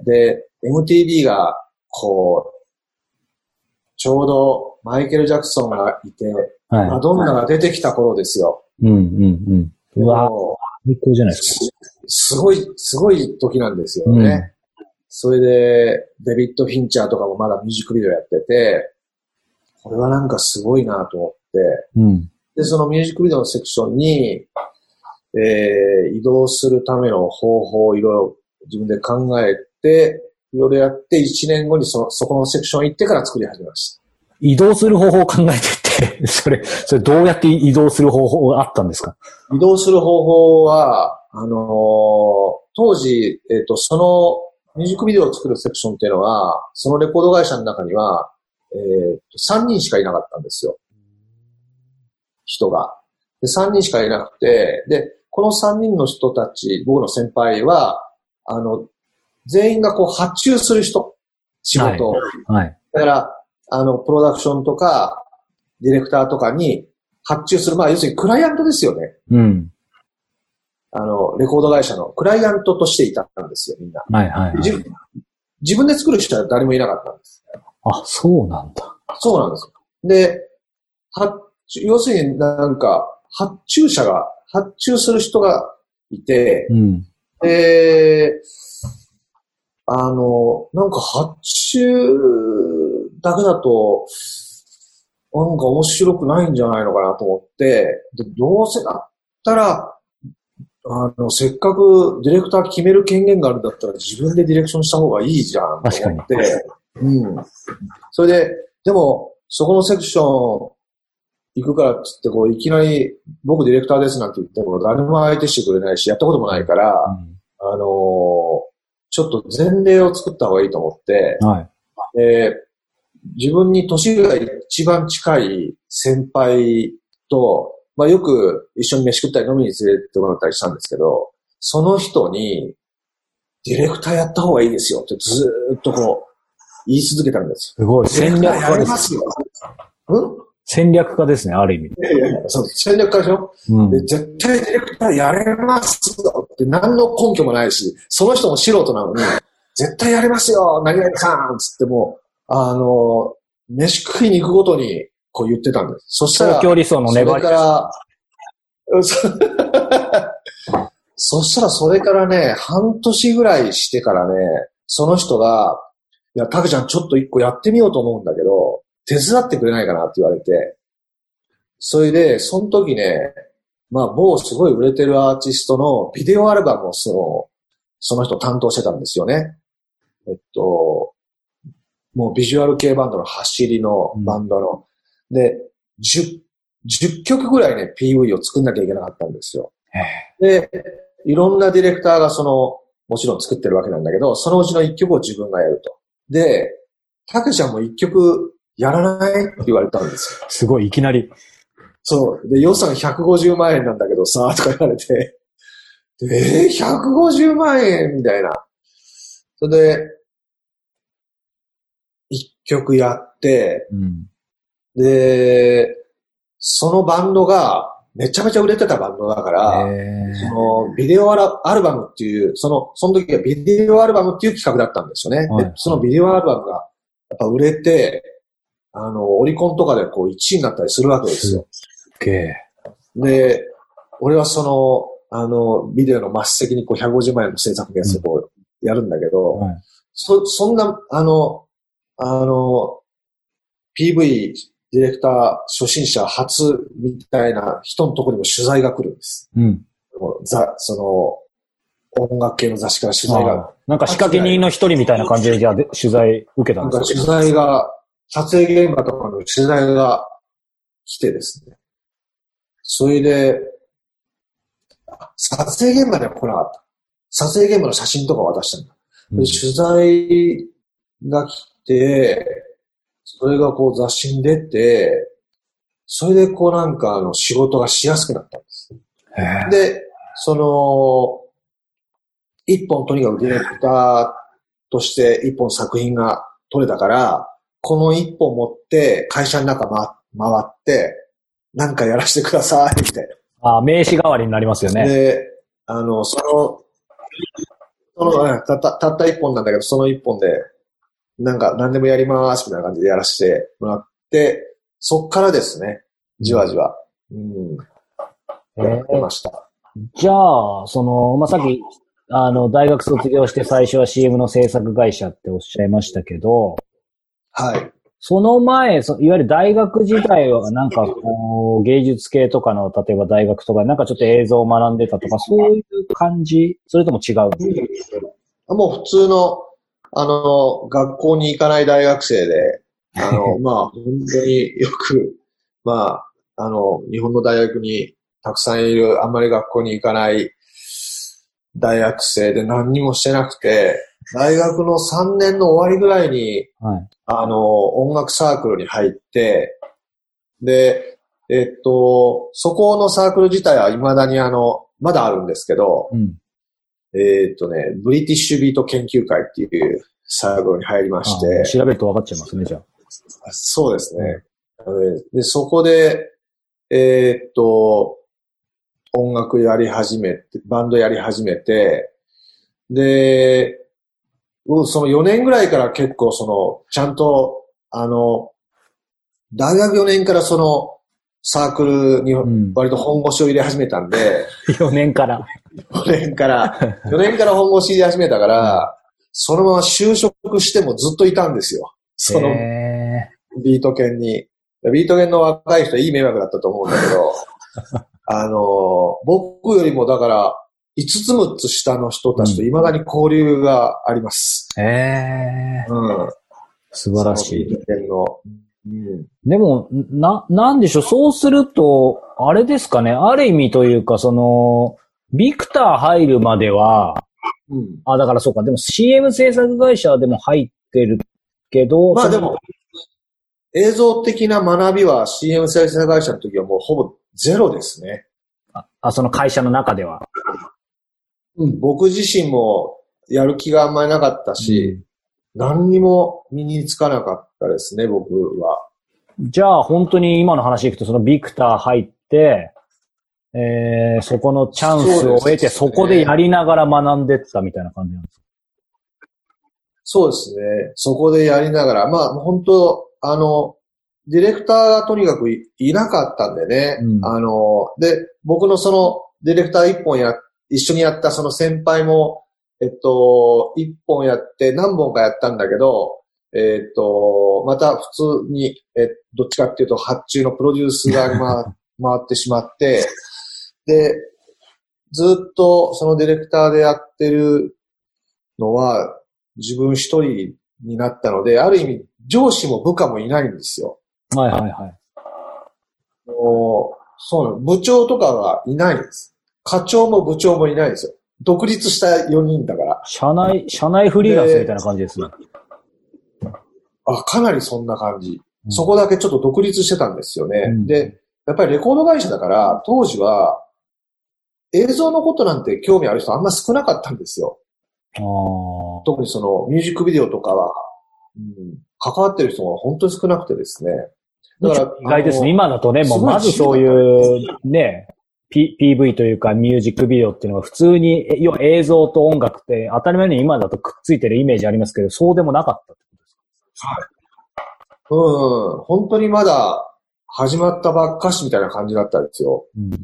で、エムティービー がこう、ちょうどマイケル・ジャクソンがいて、はい、マドンナが出てきた頃ですよ。 うんうんうん。うわ最高じゃないですか。 すごい、すごい時なんですよね。うん、それで、デビッド・フィンチャーとかもまだミュージックビデオやってて、これはなんかすごいなと思って、うん、で、そのミュージックビデオのセクションに、えー、移動するための方法をいろいろ自分で考えて、いろいろやっていちねんごにそ、そこのセクション行ってから作り始めました。 移動する方法を考えてって、それ、それどうやって移動する方法があったんですか？ 移動する方法は、あのー、当時、えっと、そのミュージックビデオを作るセクションっていうのは、そのレコード会社の中には、えー、さんにんしかいなかったんですよ。人が。で、さんにんしかいなくて、で、このさんにんの人たち、僕の先輩は、あの、全員がこう発注する人、仕事を。はい。はい、だから、あの、プロダクションとか、ディレクターとかに発注する、まあ、要するにクライアントですよね。うん。あの、レコード会社のクライアントとしていたんですよ、みんな。はいはい、はい自分。自分で作る人は誰もいなかったんです。 あ、そうなんだ。 そうなんですよ。で、発注、要するになんか、発注者が、発注する人がいて、うん、で、あの、なんか発注だけだと、なんか面白くないんじゃないのかなと思って、でどうせだったら、あの、せっかくディレクター決める権限があるんだったら自分でディレクションした方がいいじゃんと思って、うん。それで、でも、そこのセクション行くからって言って、こう、いきなり僕ディレクターですなんて言っても誰も相手してくれないし、やったこともないから、うん、あのー、ちょっと前例を作った方がいいと思って、はい、えー、自分に年が一番近い先輩と、まあよく一緒に飯食ったり飲みに連れてもらったりしたんですけど、その人に、ディレクターやった方がいいですよってずーっとこう、言い続けたんです。 すごい。戦略家です。 うん戦略家ですね、ある意味。 いやいやそう戦略家でしょ、うんで、絶対ディレクターやれますよって何の根拠もないし、その人も素人なのに、絶対やれますよ何々さんつっても、あの、飯食いに行くごとにこう言ってたんです。そしたら、 東京理想の粘り。 それから、そしたらそれからね、半年ぐらいしてからね、その人が、いや、タケちゃんちょっと一個やってみようと思うんだけど、手伝ってくれないかなって言われて、 それで、その時ね、まあ、某すごい売れてるアーティストのビデオアルバムをその、その人担当してたんですよね。えっと、もうビジュアル系バンドの走りのバンドの。うん、で、じゅう、じゅっきょくぐらいね、ピーブイ を作んなきゃいけなかったんですよ。で、いろんなディレクターがその、もちろん作ってるわけなんだけど、そのうちのいっきょくを自分がやると。で、たけちゃんもいっきょくやらないって言われたんですよ。 すごい、いきなり。 そう。で、予算ひゃくごじゅうまんえんなんだけどさ、とか言われて、えー、ひゃくごじゅうまんえんみたいな。それで、いっきょくやって、うん、で、そのバンドがめちゃめちゃ売れてたバンドだから、そのビデオアルバムっていう、その、その時はビデオアルバムっていう企画だったんですよね。はい、でそのビデオアルバムがやっぱ売れて、あの、オリコンとかでこういちいになったりするわけですよ。 すっげえ。 で、俺はその、あの、ビデオの末席にこうひゃくごじゅうまんえんの制作のやつをこうやるんだけど、うんはい、そ、そんな、あの、あの、ピーブイ、ディレクター初心者初みたいな人のところにも取材が来るんです。 うん。 ザ、その、音楽系の雑誌から取材が。 なんか仕掛け人の一人みたいな感じでじゃあ取材受けたんですか？ 取材が、撮影現場とかの取材が来てですね。それで、撮影現場では来なかった。撮影現場の写真とか渡したんだ。うん、で取材が来て、それがこう雑誌に出て、それでこうなんかあの仕事がしやすくなったんです。で、その、一本とにかくディレクターとして一本作品が撮れたから、この一本持って会社の中回って、なんかやらせてください、みたいな。 ああ、名刺代わりになりますよね。 で、あの、その、その、たった、たった一本なんだけど、その一本で、なんか何でもやります、みたいな感じでやらせてもらって、そっからですね、じわじわ、うん、やってました。 えー、じゃあ、その、まあ、さっき、あの、大学卒業して最初は シーエム の制作会社っておっしゃいましたけど、 はい。 その前、いわゆる大学時代はなんかこう、芸術系とかの、例えば大学とか、なんかちょっと映像を学んでたとか、そういう感じ？それとも違うんですか？ もう普通の、あの、学校に行かない大学生で、あの、まあ、本当によく、まあ、あの、日本の大学にたくさんいる、あんまり学校に行かない大学生で何にもしてなくて、大学のさんねんの終わりぐらいに、はい、あの、音楽サークルに入って、で、えっと、そこのサークル自体は未だにあの、まだあるんですけど、うん、えっとね、ブリティッシュビート研究会っていうサークルに入りまして。 調べると分かっちゃいますね、じゃあ。 そうですね。で、そこで、えー、っと、音楽やり始めて、バンドやり始めて、で、そのよねんぐらいから結構その、ちゃんと、あの、大学よねんからその、サークルに割と本腰を入れ始めたんで。 うん、よねんから。 よねんから。よねんから本腰入れ始めたから、そのまま就職してもずっといたんですよ。その、ビート犬に。ビート犬の若い人はいい迷惑だったと思うんだけど、あの、僕よりもだから、いつつむっつ下の人たちと未だに交流があります。 へ、うん、えー。うん。素晴らしい。 ビート犬の。 うん、でも、な、なんでしょう、そうすると、あれですかね、ある意味というか、その、ビクター入るまでは、うん、あ、だからそうか、でも シーエム 制作会社でも入ってるけど、 まあでも、映像的な学びは シーエム 制作会社の時はもうほぼゼロですね。 あ、あその会社の中では。 うん、僕自身もやる気があんまりなかったし、うん、何にも身につかなかったですね、僕は。 じゃあ本当に今の話でいくと、そのビクター入って、えー、そこのチャンスを得て、そこでやりながら学んでったみたいな感じなんですか？ そうですね。そこでやりながら、まあ本当、あの、ディレクターがとにかく い, いなかったんでね、うん、あの、で、僕のそのディレクター一本や、一緒にやったその先輩も、えっと、一本やって何本かやったんだけど、 えっと、また普通に、え、どっちかっていうと発注のプロデュースが回回ってしまって、で、ずっとそのディレクターでやってるのは自分一人になったので、ある意味上司も部下もいないんですよ。 はいはいはい。 そうなの。部長とかはいないんです。課長も部長もいないんですよ。独立したよにんだから。 社内、社内フリーランスみたいな感じですね。 あ、かなりそんな感じ。うん、そこだけちょっと独立してたんですよね。うん、で、やっぱりレコード会社だから、当時は映像のことなんて興味ある人あんま少なかったんですよ。 あ、 特にそのミュージックビデオとかは、うん、関わってる人が本当に少なくてですね。 だから意外ですね。今だとね、もうまずそういうね、P、ピーブイ というかミュージックビデオっていうのが普通に、要は映像と音楽って当たり前に今だとくっついてるイメージありますけど、そうでもなかったってことですか？ はい。うん、本当にまだ始まったばっかしみたいな感じだったんですよ。うん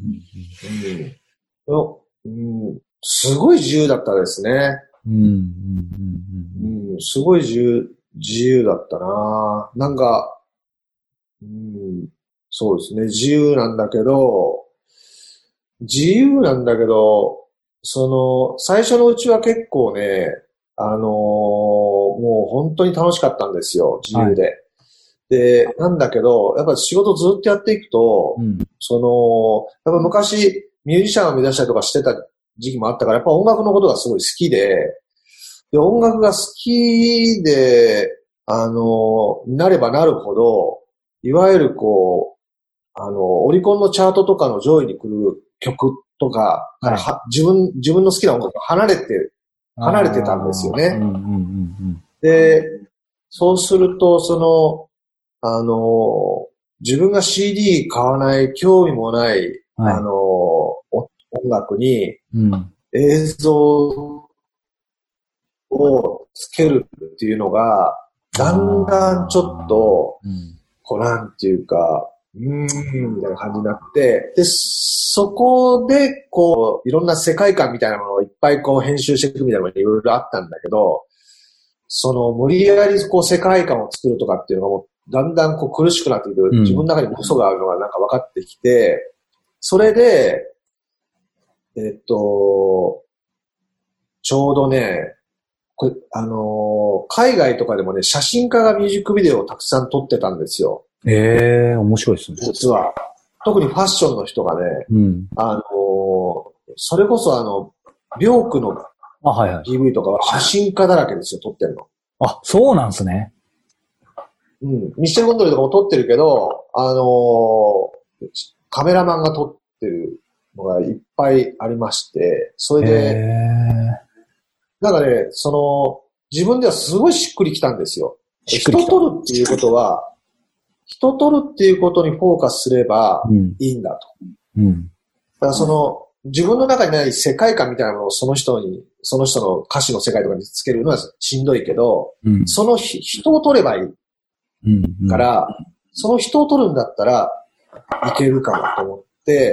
うんうん、すごい自由だったですね。 うんうんうんうん、すごい自由、自由だったな。なんか、うん、そうですね。自由なんだけど、自由なんだけど、その、最初のうちは結構ね、あのー、もう本当に楽しかったんですよ。自由で。はい、で、なんだけど、やっぱ仕事ずっとやっていくと、うん、その、やっぱ昔ミュージシャンを目指したりとかしてた時期もあったから、やっぱ音楽のことがすごい好きで、で、音楽が好きで、あの、なればなるほど、いわゆるこう、あの、オリコンのチャートとかの上位に来る曲とか、はい、は自分、自分の好きな音楽が離れて、離れてたんですよね。 うんうんうんうん、 で、そうすると、その、あの、自分が シーディー 買わない、興味もない、はい、あの、音楽に、映像をつけるっていうのが、だんだんちょっと、うん、こうなんていうか、うーん、みたいな感じになって、で、そこで、こう、いろんな世界観みたいなものをいっぱいこう編集していくみたいなのがいろいろあったんだけど、その無理やりこう世界観を作るとかっていうのがもうだんだんこう苦しくなってきて、自分の中に嘘があるのがなんか分かってきて、それで、えっと、ちょうどね、これあのー、海外とかでもね、写真家がミュージックビデオをたくさん撮ってたんですよ。 ええー、面白いですね。 実は。特にファッションの人がね、うん、あのー、それこそあの、ビョークの ピーブイ とかは写真家だらけですよ、撮ってるの。 あ、そうなんですね。 うん。ミッシェル・ゴンドリとかも撮ってるけど、あのー、カメラマンが撮ってるのがいっぱいありまして、それで、なんかね、その、自分ではすごいしっくりきたんですよ。人撮るっていうことは、人撮るっていうことにフォーカスすればいいんだと。 うんうん、 だからその、自分の中にない世界観みたいなものをその人に、その人の歌詞の世界とかにつけるのはしんどいけど、うん、その人を撮ればいい。うんうん、から、その人を撮るんだったらいけるかもと思って、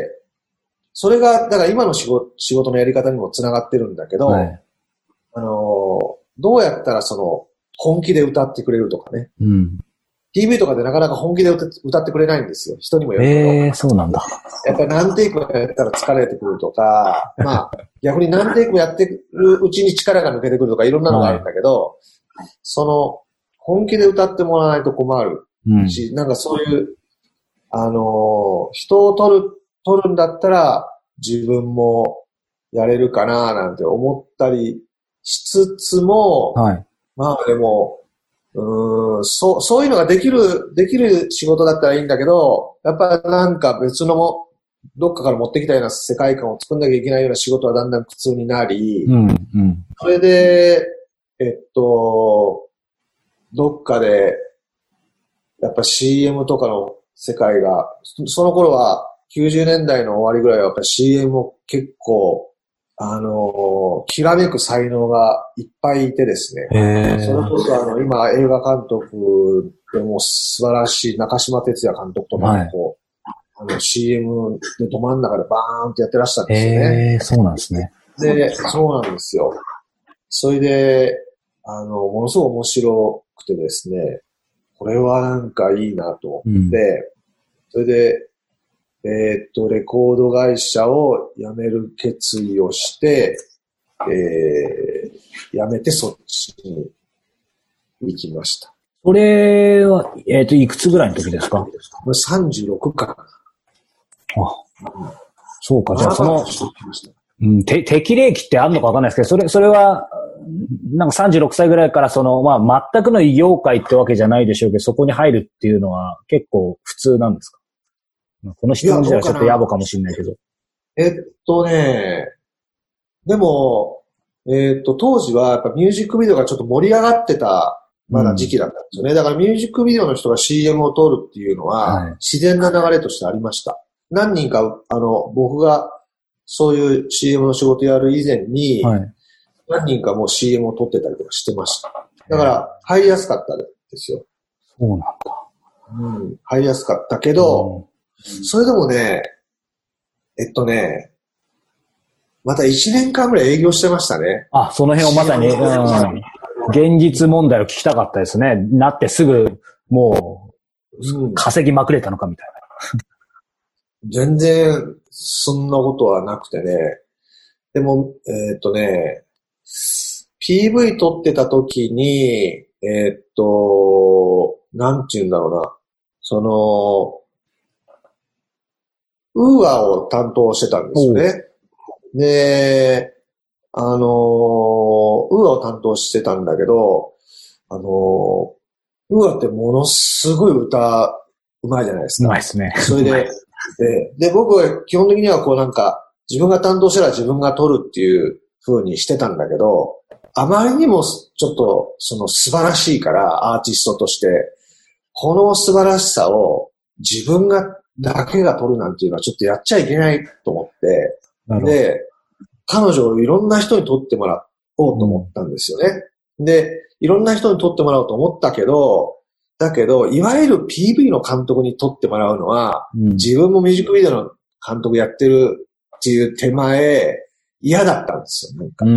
それが、だから今の仕事、仕事のやり方にもつながってるんだけど、はい、あの、どうやったらその、本気で歌ってくれるとかね。 うん、 ティーブイ とかでなかなか本気で歌ってくれないんですよ。人にもよるけど。 えー、そうなんだ。 やっぱり何テイクやったら疲れてくるとか、まあ、逆に何テイクやってるうちに力が抜けてくるとかいろんなのがあるんだけど、はい、その、本気で歌ってもらわないと困るし、うん、なんかそういう、あのー、人を撮る、撮るんだったら自分もやれるかななんて思ったりしつつも、はい、まあでも、うーん、そう、そういうのができる、できる仕事だったらいいんだけど、やっぱなんか別のも、どっかから持ってきたような世界観を作んなきゃいけないような仕事はだんだん苦痛になり、 うんうん、 それで、えっと、どっかで、やっぱ シーエム とかの世界が、その頃はきゅうじゅうねんだいの終わりぐらいはやっぱ シーエム も結構、あの、きらめく才能がいっぱいいてですね。それこそあの、今映画監督でも素晴らしい中島哲也監督とかもこう、はい、あの シーエム でど真ん中でバーンってやってらっしゃるんですよね。 へー、そうなんですね。 で、そうなんですよ。それで、あの、ものすごく面白くてですね、これはなんかいいなと思って、うん、それで、えー、っと、レコード会社を辞める決意をして、えー、辞めてそっちに行きました。 それは、えー、っと、いくつぐらいの時ですか？ さんじゅうろくかな。 あ、そうか、じゃあその、うん、て適齢期ってあるのかわかんないですけど、それ、それは、なんかさんじゅうろくさいぐらいからその、まあ、全くの異業界ってわけじゃないでしょうけど、そこに入るっていうのは結構普通なんですか？この質問自体はちょっと野暮かもしれないけど。 えっとね、でも、えっと、当時はやっぱミュージックビデオがちょっと盛り上がってた、まだ時期だったんですよね。うん、だからミュージックビデオの人が シーエム を撮るっていうのは、自然な流れとしてありました。はい、何人か、あの、僕がそういう シーエム の仕事やる以前に、はい、何人かもう シーエム を撮ってたりとかしてました。だから、入りやすかったですよ。 そうなんだ。 うん、入りやすかったけど、うん、それでもね、えっとね、またいちねんかんぐらい営業してましたね。 あ、その辺をまさに、うん、現実問題を聞きたかったですね。なってすぐ、もう、稼ぎまくれたのかみたいな。 全然、そんなことはなくてね。でも、えー、っとね、ピーブイ 撮ってた時に、えー、っと、なんて言うんだろうな。その、ウーアを担当してたんですよね。で、あの、ウーアを担当してたんだけど、あの、ウーアってものすごい歌うまいじゃないですか。 うまいですね。 それで、で, で、僕は基本的にはこうなんか、自分が担当したら自分が撮るっていう風にしてたんだけど、あまりにもちょっとその素晴らしいからアーティストとして、この素晴らしさを自分がだけが撮るなんていうのはちょっとやっちゃいけないと思って、で、彼女をいろんな人に撮ってもらおうと思ったんですよね。うん、で、いろんな人に撮ってもらおうと思ったけど、だけど、いわゆる ピーブイ の監督に撮ってもらうのは、うん、自分もミュージックビデオの監督やってるっていう手前、嫌だったんですよ。なんか、うん、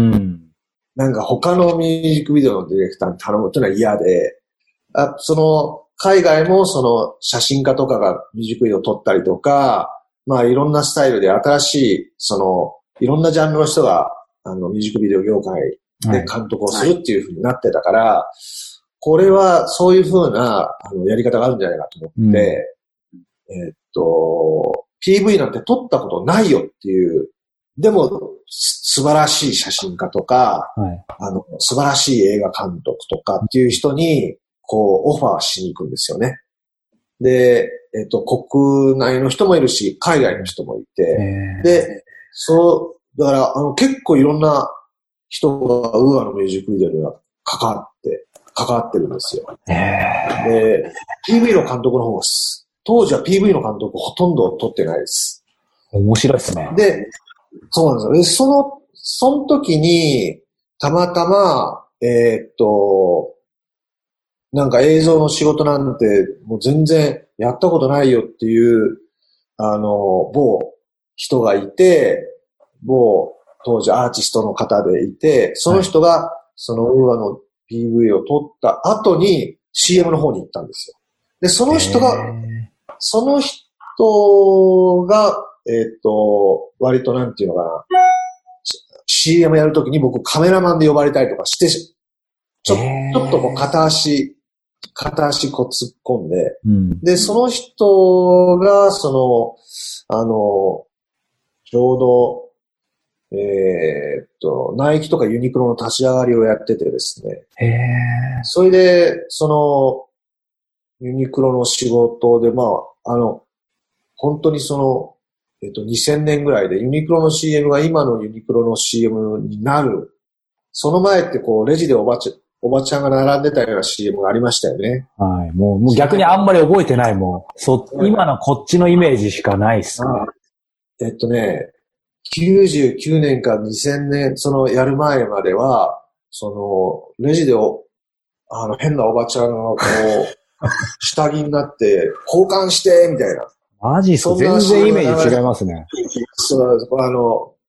なんか他のミュージックビデオのディレクターに頼むっていうのは嫌で、あその、海外もその写真家とかがミュージックビデオを撮ったりとか、まあいろんなスタイルで新しい、その、いろんなジャンルの人が、あの、ミュージックビデオ業界で監督をするっていう風になってたから、はいはい、これはそういう風なあのやり方があるんじゃないかと思って、うん、えー、っと、ピーブイ なんて撮ったことないよっていう、でも素晴らしい写真家とか、はい、あの素晴らしい映画監督とかっていう人に、こう、オファーしに行くんですよね。で、えー、っと、国内の人もいるし、海外の人もいて、で、そう、だから、あの、結構いろんな人がウーアのミュージックビデオには関わって、関わってるんですよ。で、ピーブイ の監督の方が、当時は ピーブイ の監督ほとんど撮ってないです。 面白いですね。 で、そうなんですよ。で、その、その時に、たまたま、えー、っと、なんか映像の仕事なんて、もう全然やったことないよっていう、あの、某人がいて、某当時アーティストの方でいて、その人が、そのウーアの ピーブイ を撮った後に シーエム の方に行ったんですよ。で、その人が、その人が、えっと、割となんていうのかな、シーエム やるときに僕カメラマンで呼ばれたりとかして、ちょ、ちょっとこう片足、片足こう突っ込んで、うん、で、その人が、その、あの、ちょうど、えー、っと、ナイキとかユニクロの立ち上がりをやっててですね。 へー。 それで、その、ユニクロの仕事で、まあ、あの、本当にその、えっと、にせんねんぐらいでユニクロの シーエム が今のユニクロの シーエム になる。その前ってこう、レジでおばちゃん、おばちゃんが並んでたような シーエム がありましたよね。 はい。もう、もう逆にあんまり覚えてないもん。そ、今のこっちのイメージしかないっすね。 えっとね、きゅうじゅうきゅうねんかにせんねん、そのやる前までは、その、レジでお、あの、変なおばちゃんがこう、下着になって、交換して、みたいな。 マジっすか？全然イメージ違いますね。 そう、あの、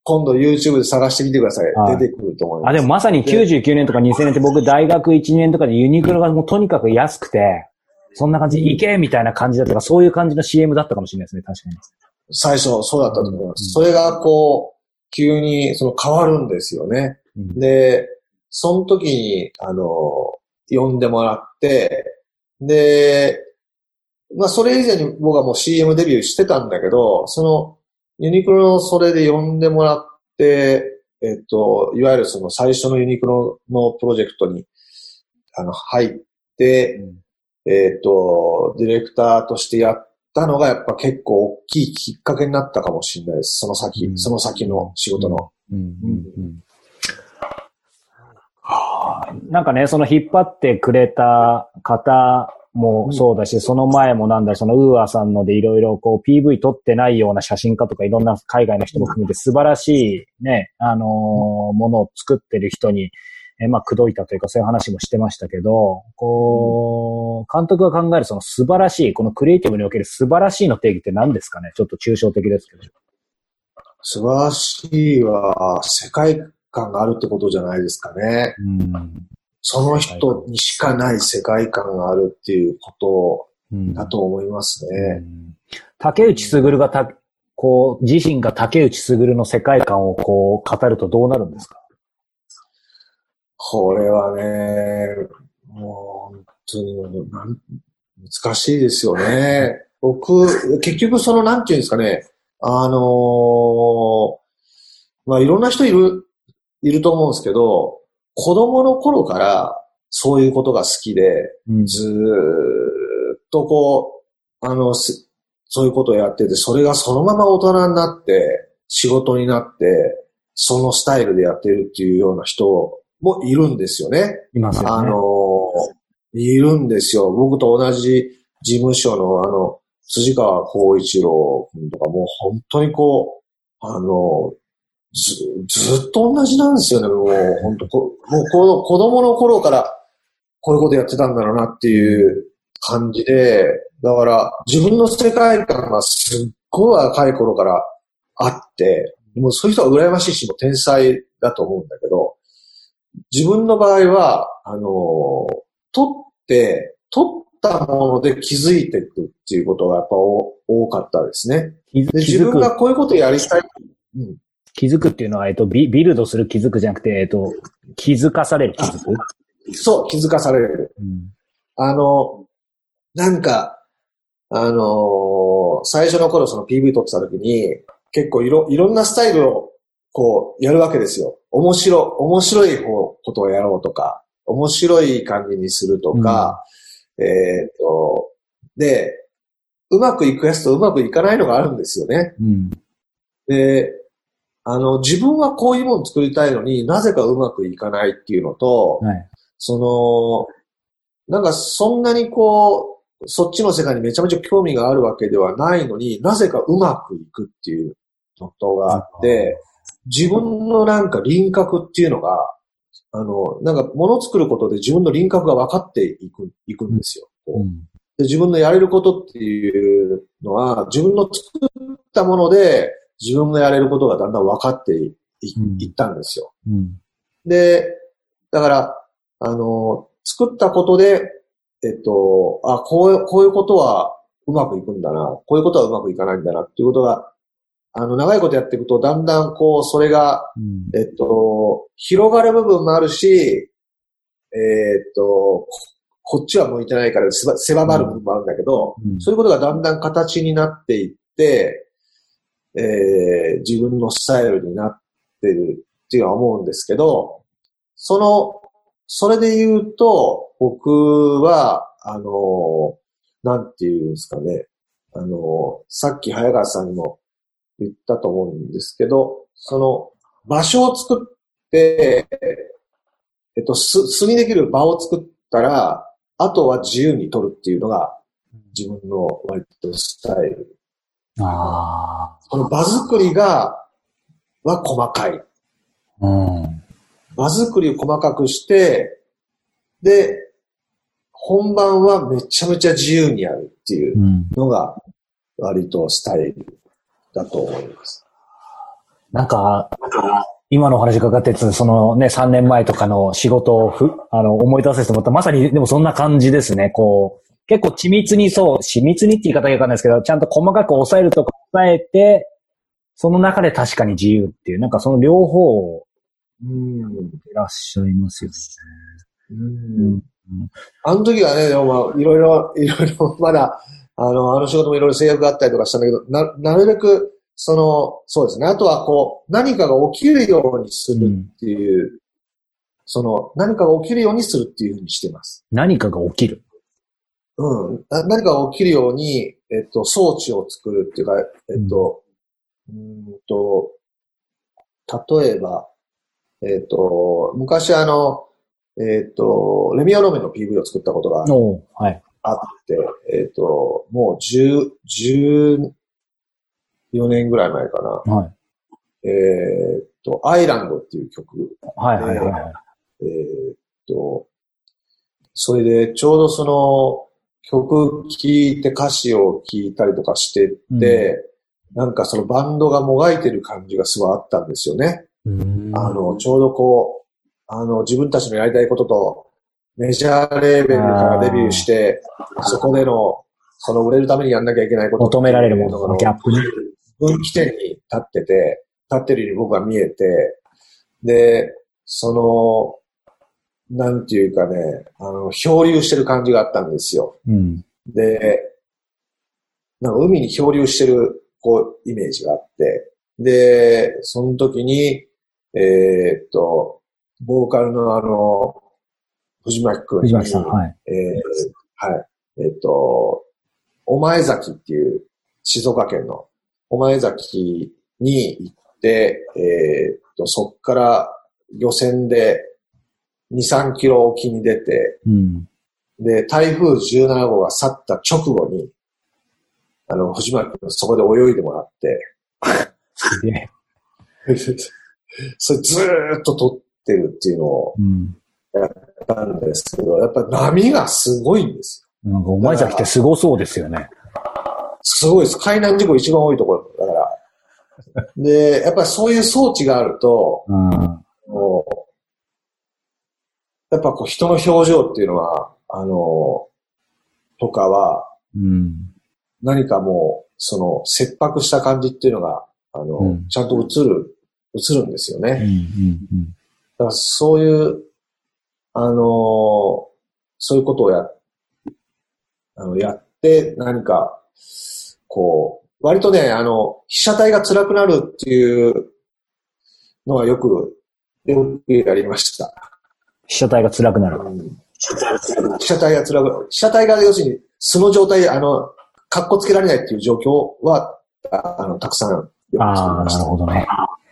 今度 YouTube で探してみてください。出てくると思います。 あ、でもまさにきゅうじゅうきゅうねんとかにせんねんって僕大学いちねんとかでユニクロがもうとにかく安くて、そんな感じ、いけみたいな感じだったか、そういう感じの シーエム だったかもしれないですね、確かに。 最初、そうだったと思います。うん、それがこう、急にその変わるんですよね。うん、で、その時に、あの、呼んでもらって、で、まあそれ以前に僕はもう シーエム デビューしてたんだけど、そのユニクロのそれで呼んでもらって、えっと、いわゆるその最初のユニクロのプロジェクトに、あの、入って、うん、えっと、ディレクターとしてやったのがやっぱ結構大きいきっかけになったかもしれないです。その先、うん、その先の仕事の。うんうんうんなんかね、その引っ張ってくれた方もそうだし、うん、その前もなんだ、そのウーアさんのでいろいろこう ピーブイ 撮ってないような写真家とかいろんな海外の人も含めて素晴らしいね、あのー、ものを作ってる人に、えまあ、口説いたというかそういう話もしてましたけど、こう、監督が考えるその素晴らしい、このクリエイティブにおける素晴らしいの定義って何ですかね？ちょっと抽象的ですけど。 素晴らしいは世界観があるってことじゃないですかね。うんその人にしかない世界観があるっていうことだと思いますね。うんうん、 竹内卓がた、こう、自身が竹内卓の世界観をこう語るとどうなるんですか？ これはね、もう本当になん難しいですよね。僕、結局そのなんていうんですかね、あのー、まあいろんな人いる、いると思うんですけど、子供の頃からそういうことが好きで、うん、ずーっとこう、あの、そういうことをやってて、それがそのまま大人になって、仕事になって、そのスタイルでやってるっていうような人もいるんですよね。 いますよね。 あの、いるんですよ。僕と同じ事務所のあの、辻川光一郎君とかもう本当にこう、あの、ず、ずっと同じなんですよね、もう、本当こ、もうこ、子供の頃からこういうことやってたんだろうなっていう感じで、だから自分の世界観がすっごい若い頃からあって、もうそういう人は羨ましいし、もう天才だと思うんだけど、自分の場合は、あの、取って、取ったもので気づいていくっていうことがやっぱ多かったですね。で自分がこういうことやりたい。 うん気づくっていうのは、えっと、ビ、ビルドする気づくじゃなくて、えっと、気づかされる気づくそう、気づかされる。うん、あの、なんか、あのー、最初の頃その ピーブイ 撮ってた時に、結構いろ、いろんなスタイルを、こう、やるわけですよ。面白、面白いことをやろうとか、面白い感じにするとか、うん、えっと、で、うまくいくやつとうまくいかないのがあるんですよね。うん、で、あの、自分はこういうものを作りたいのになぜかうまくいかないっていうのと、はい、その、なんかそんなにこう、そっちの世界にめちゃめちゃ興味があるわけではないのになぜかうまくいくっていうことがあって、自分のなんか輪郭っていうのが、あの、なんか物を作ることで自分の輪郭が分かっていく、いくんですよ。うん、で自分のやれることっていうのは、自分の作ったもので、自分がやれることがだんだん分かって い, い, いったんですよ、うん。で、だから、あの、作ったことで、えっと、あ、こういう、こういうことはうまくいくんだな、こういうことはうまくいかないんだなっていうことが、あの、長いことやっていくと、だんだんこう、それが、うん、えっと、広がる部分もあるし、えっと、こ, こっちは向いてないから狭まる部分もあるんだけど、うん、そういうことがだんだん形になっていって、えー、自分のスタイルになってるっていうのは思うんですけど、その、それで言うと、僕は、あの、なんていうんですかね、あの、さっき早川さんにも言ったと思うんですけど、その、場所を作って、えっと、す、素にできる場を作ったら、あとは自由に取るっていうのが、自分の割とスタイル。ああ。この場作りが、は細かい。うん。場作りを細かくして、で、本番はめちゃめちゃ自由にやるっていうのが、割とスタイルだと思います。 なんか、今のお話伺ってて、そのね、さんねんまえとかの仕事をふ、あの、思い出させてもらった。まさに、でもそんな感じですね。こう、結構緻密にそう、緻密にって言い方がわかんないですけど、ちゃんと細かく抑えるとこ抑えて、その中で確かに自由っていう、なんかその両方を、うん、いらっしゃいますよね。 うん。うん、あの時はね、でもまあ、いろいろ、いろいろ、まだ、あの、あの仕事もいろいろ制約があったりとかしたんだけど、な、なるべく、その、そうですね。あとはこう、何かが起きるようにするっていう、うん、その、何かが起きるようにするっていうふうにしています。 何かが起きるうん。何かが起きるように、えっと、装置を作るっていうか、えっと、うん、うんと、例えば、えっと、昔あの、えっと、レミオロメンの ピーブイ を作ったことがあって、はい、えっと、もうじゅう、じゅうよねんぐらい前かな。はい、えっと、アイランドっていう曲で、 はいはいはいはい、 えっと、それでちょうどその曲聴いて歌詞を聴いたりとかしてて、うん、なんかそのバンドがもがいてる感じがすごいあったんですよね。あの、ちょうどこう、あの、自分たちのやりたいことと、メジャーレーベルからデビューして、そこでの、その売れるためにやんなきゃいけないこと求められるもののギャップに。 分岐点に立ってて、立ってるように僕は見えて、で、その、なんていうかね、あの、漂流してる感じがあったんですよ。うん、で、なんか海に漂流してる、こう、イメージがあって、で、その時に、えー、っと、ボーカルのあの、藤巻くんに、 藤巻さん、はい。 えー、はい。えー、っと、御前崎っていう静岡県の御前崎に行って、えー、っと、そっから漁船でに、さんキロ沖に出て、うん、で、台風じゅうなな号が去った直後に、あの、藤巻くんそこで泳いでもらって、 すげえ。 それずーっと撮ってるっていうのをやったんですけど、やっぱ波がすごいんですよ。なんか、御前崎ってすごそうですよね。 すごいです。海難事故一番多いところだから。で、やっぱりそういう装置があると、うん、もうやっぱこう人の表情っていうのは、あの、とかは、うん、何かもう、その切迫した感じっていうのが、あの、うん、ちゃんと映る、映るんですよね。うんうんうん、だからそういう、あの、そういうことをや、あの、やって、何か、こう、割とね、あの、被写体が辛くなるっていうのはよく、よくやりました。 被写体が辛くなる。うん、 被写体が辛く、被写体が要するに素の状態、あの、格好つけられないっていう状況は、あの、たくさんよく作りました。 ああ、なるほどね。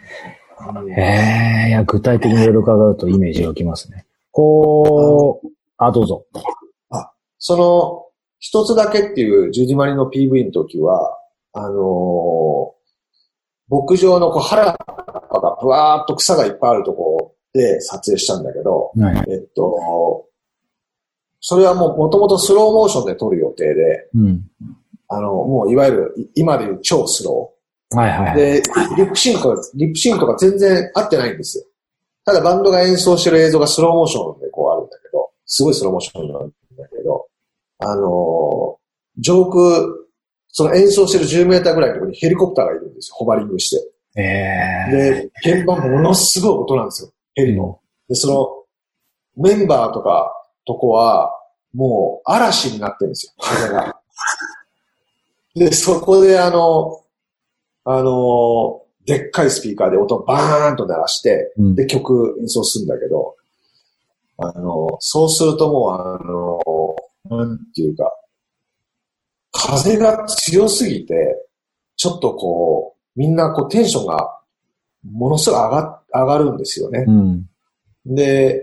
へえ、いや、具体的にいろいろ伺うとイメージがきますね。こう、あ、どうぞ。 あ、その、一つだけっていうジュディマリの ピーブイ の時は、あのー、牧場のこう原っぱがぶわーっと草がいっぱいあるところで撮影したんだけど、はい、えっと、それはもう元々スローモーションで撮る予定で、うん、あの、もういわゆる今でいう超スロー。はいはいはい、で、リップシンクとか、リップシンクとか全然合ってないんですよ。ただバンドが演奏してる映像がスローモーションでこうあるんだけど、すごいスローモーションなんだけど、あのー、上空、その演奏してるじゅうメーターぐらいのところにヘリコプターがいるんですよ。ホバリングして。えー、で、鍵盤ものすごい音なんですよ。ヘリの。で、その、メンバーとか、とこは、もう嵐になってるんですよ。風が。で、そこであの、あの、でっかいスピーカーで音をバーンと鳴らして、うん、で、曲演奏するんだけど、あの、そうするともうあの、なんていうか、風が強すぎて、ちょっとこう、みんなこうテンションがものすごい上が、上がるんですよね。うん、で、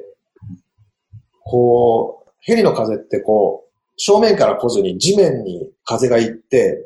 こう、ヘリの風ってこう、正面から来ずに地面に風が行って、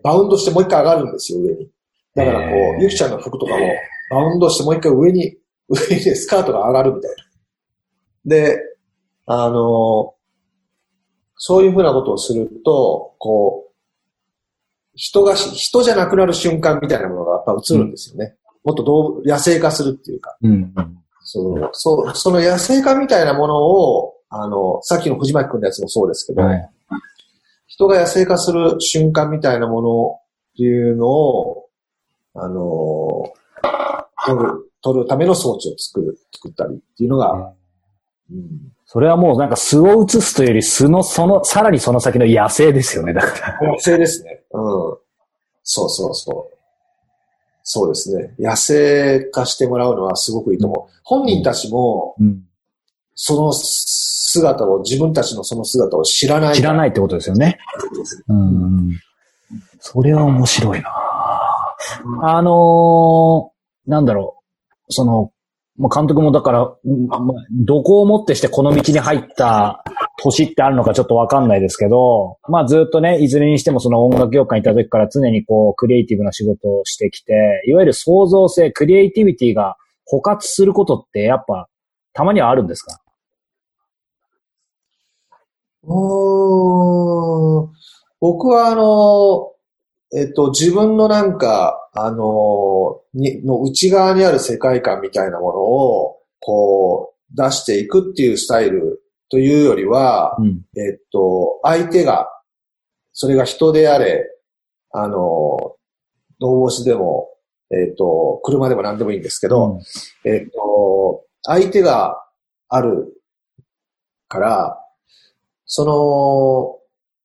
バウンドしてもう一回上がるんですよ、上に。だからこう、ゆきちゃんの服とかも、バウンドしてもう一回上に、上にスカートが上がるみたいな。で、あの、そういうふうなことをすると、こう、人が、人じゃなくなる瞬間みたいなものがやっぱ映るんですよね。 もっと動野生化するっていうか、 うん、 そう、そう、その野生化みたいなものを、あの、さっきの藤巻くんのやつもそうですけど、はい、人が野生化する瞬間みたいなものっていうのを、あの、取る、取るための装置を作る、作ったりっていうのが、 うん、それはもうなんか巣を移すというより巣のその、さらにその先の野生ですよね、だから。 野生ですね。うん。そうそうそう。そうですね。野生化してもらうのはすごくいいと思う。本人たちも、その姿を、自分たちのその姿を知らない。 知らないってことですよね。うん。それは面白いな。あのー、なんだろう。その、監督もだから、どこをもってしてこの道に入った年ってあるのかちょっとわかんないですけど、まあずっとね、いずれにしてもその音楽業界にいた時から常にこう、クリエイティブな仕事をしてきて、いわゆる創造性、クリエイティビティが枯渇することってやっぱ、たまにはあるんですか？ うーん。僕はあの、えっと、自分のなんか、あの、に、の内側にある世界観みたいなものを、こう、出していくっていうスタイルというよりは、うん、えっと、相手が、それが人であれ、あの、動物でも、えっと、車でも何でもいいんですけど、うん、えっと、相手があるから、その、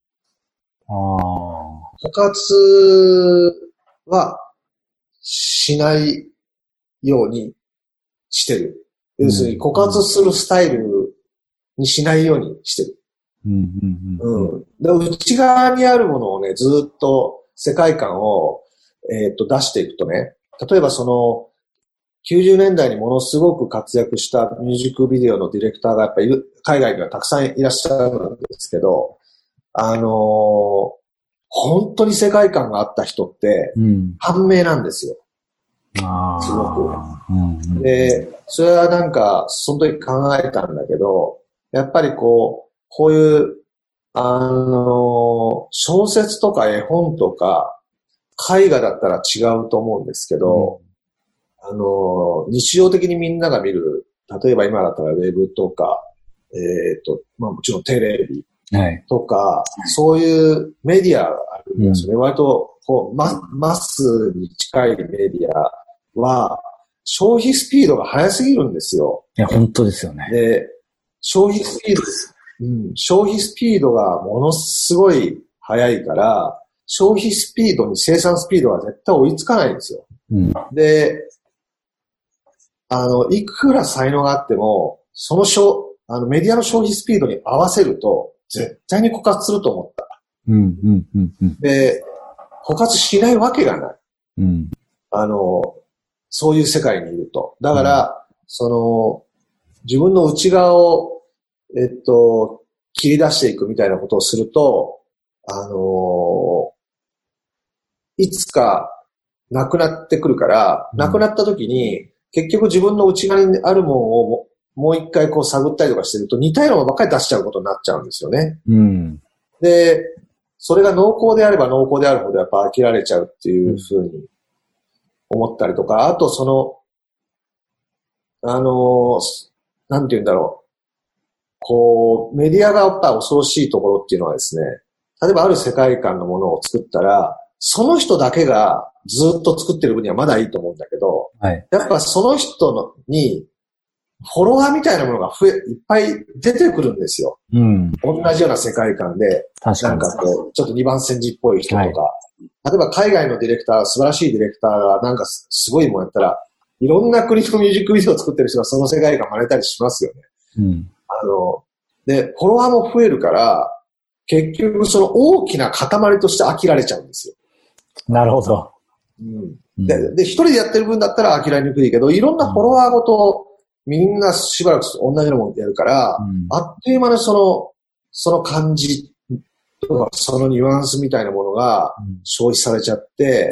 あ枯渇はしないようにしてる。要するに枯渇するスタイルにしないようにしてる。 うんうんうん。で、内側にあるものをね、ずっと世界観を、えっと、出していくとね、例えばその、きゅうじゅうねんだいにものすごく活躍したミュージックビデオのディレクターがやっぱり海外にはたくさんいらっしゃるんですけど、あのー、本当に世界観があった人って、判明なんですよ。 うん、 すごく、 うんうん。 で、それはなんか、その時考えたんだけど、やっぱりこう、こういう、あのー、小説とか絵本とか、絵画だったら違うと思うんですけど、うん、あのー、日常的にみんなが見る、例えば今だったらウェブとか、えっと、まあもちろんテレビ、 はい、 とか、そういうメディアがあるんですよね。うん、割とこうマ、マスに近いメディアは、消費スピードが速すぎるんですよ。 いや、本当ですよね。 で、消費スピード、うん、消費スピードがものすごい速いから、消費スピードに生産スピードが絶対追いつかないんですよ。 うん、 で、あの、いくら才能があっても、その消、あのメディアの消費スピードに合わせると、絶対に枯渇すると思った。 うんうんうんうん、 で、枯渇しないわけがない。 うん、 あの、そういう世界にいると。だから、うん、その、自分の内側を、えっと、切り出していくみたいなことをすると、あの、いつかなくなってくるから、うん、なくなった時に、結局自分の内側にあるものをもう一回こう探ったりとかしてると似たようなものばっかり出しちゃうことになっちゃうんですよね。 うん、 で、それが濃厚であれば濃厚であるほどやっぱ飽きられちゃうっていうふうに思ったりとか、あとその、あの、なんて言うんだろう。こう、メディアがやっぱ恐ろしいところっていうのはですね、例えばある世界観のものを作ったら、その人だけがずっと作ってる分にはまだいいと思うんだけど、 はい、 やっぱその人のに、フォロワーみたいなものが増え、いっぱい出てくるんですよ。 うん。 同じような世界観で、 確かに。 なんかこう、ちょっと二番煎じっぽい人とか、はい、例えば海外のディレクター、素晴らしいディレクターがなんかすごいもんやったら、いろんな国のミュージックビデオを作ってる人がその世界観真似たりしますよね。 うん。 あの、で、フォロワーも増えるから、結局その大きな塊として飽きられちゃうんですよ。 なるほど。 うん。で、で一人でやってる分だったら飽きられにくいけど、いろんなフォロワーごと、みんなしばらく同じようなものやるから、うん、あっという間にその、その感じとか、そのニュアンスみたいなものが消費されちゃって、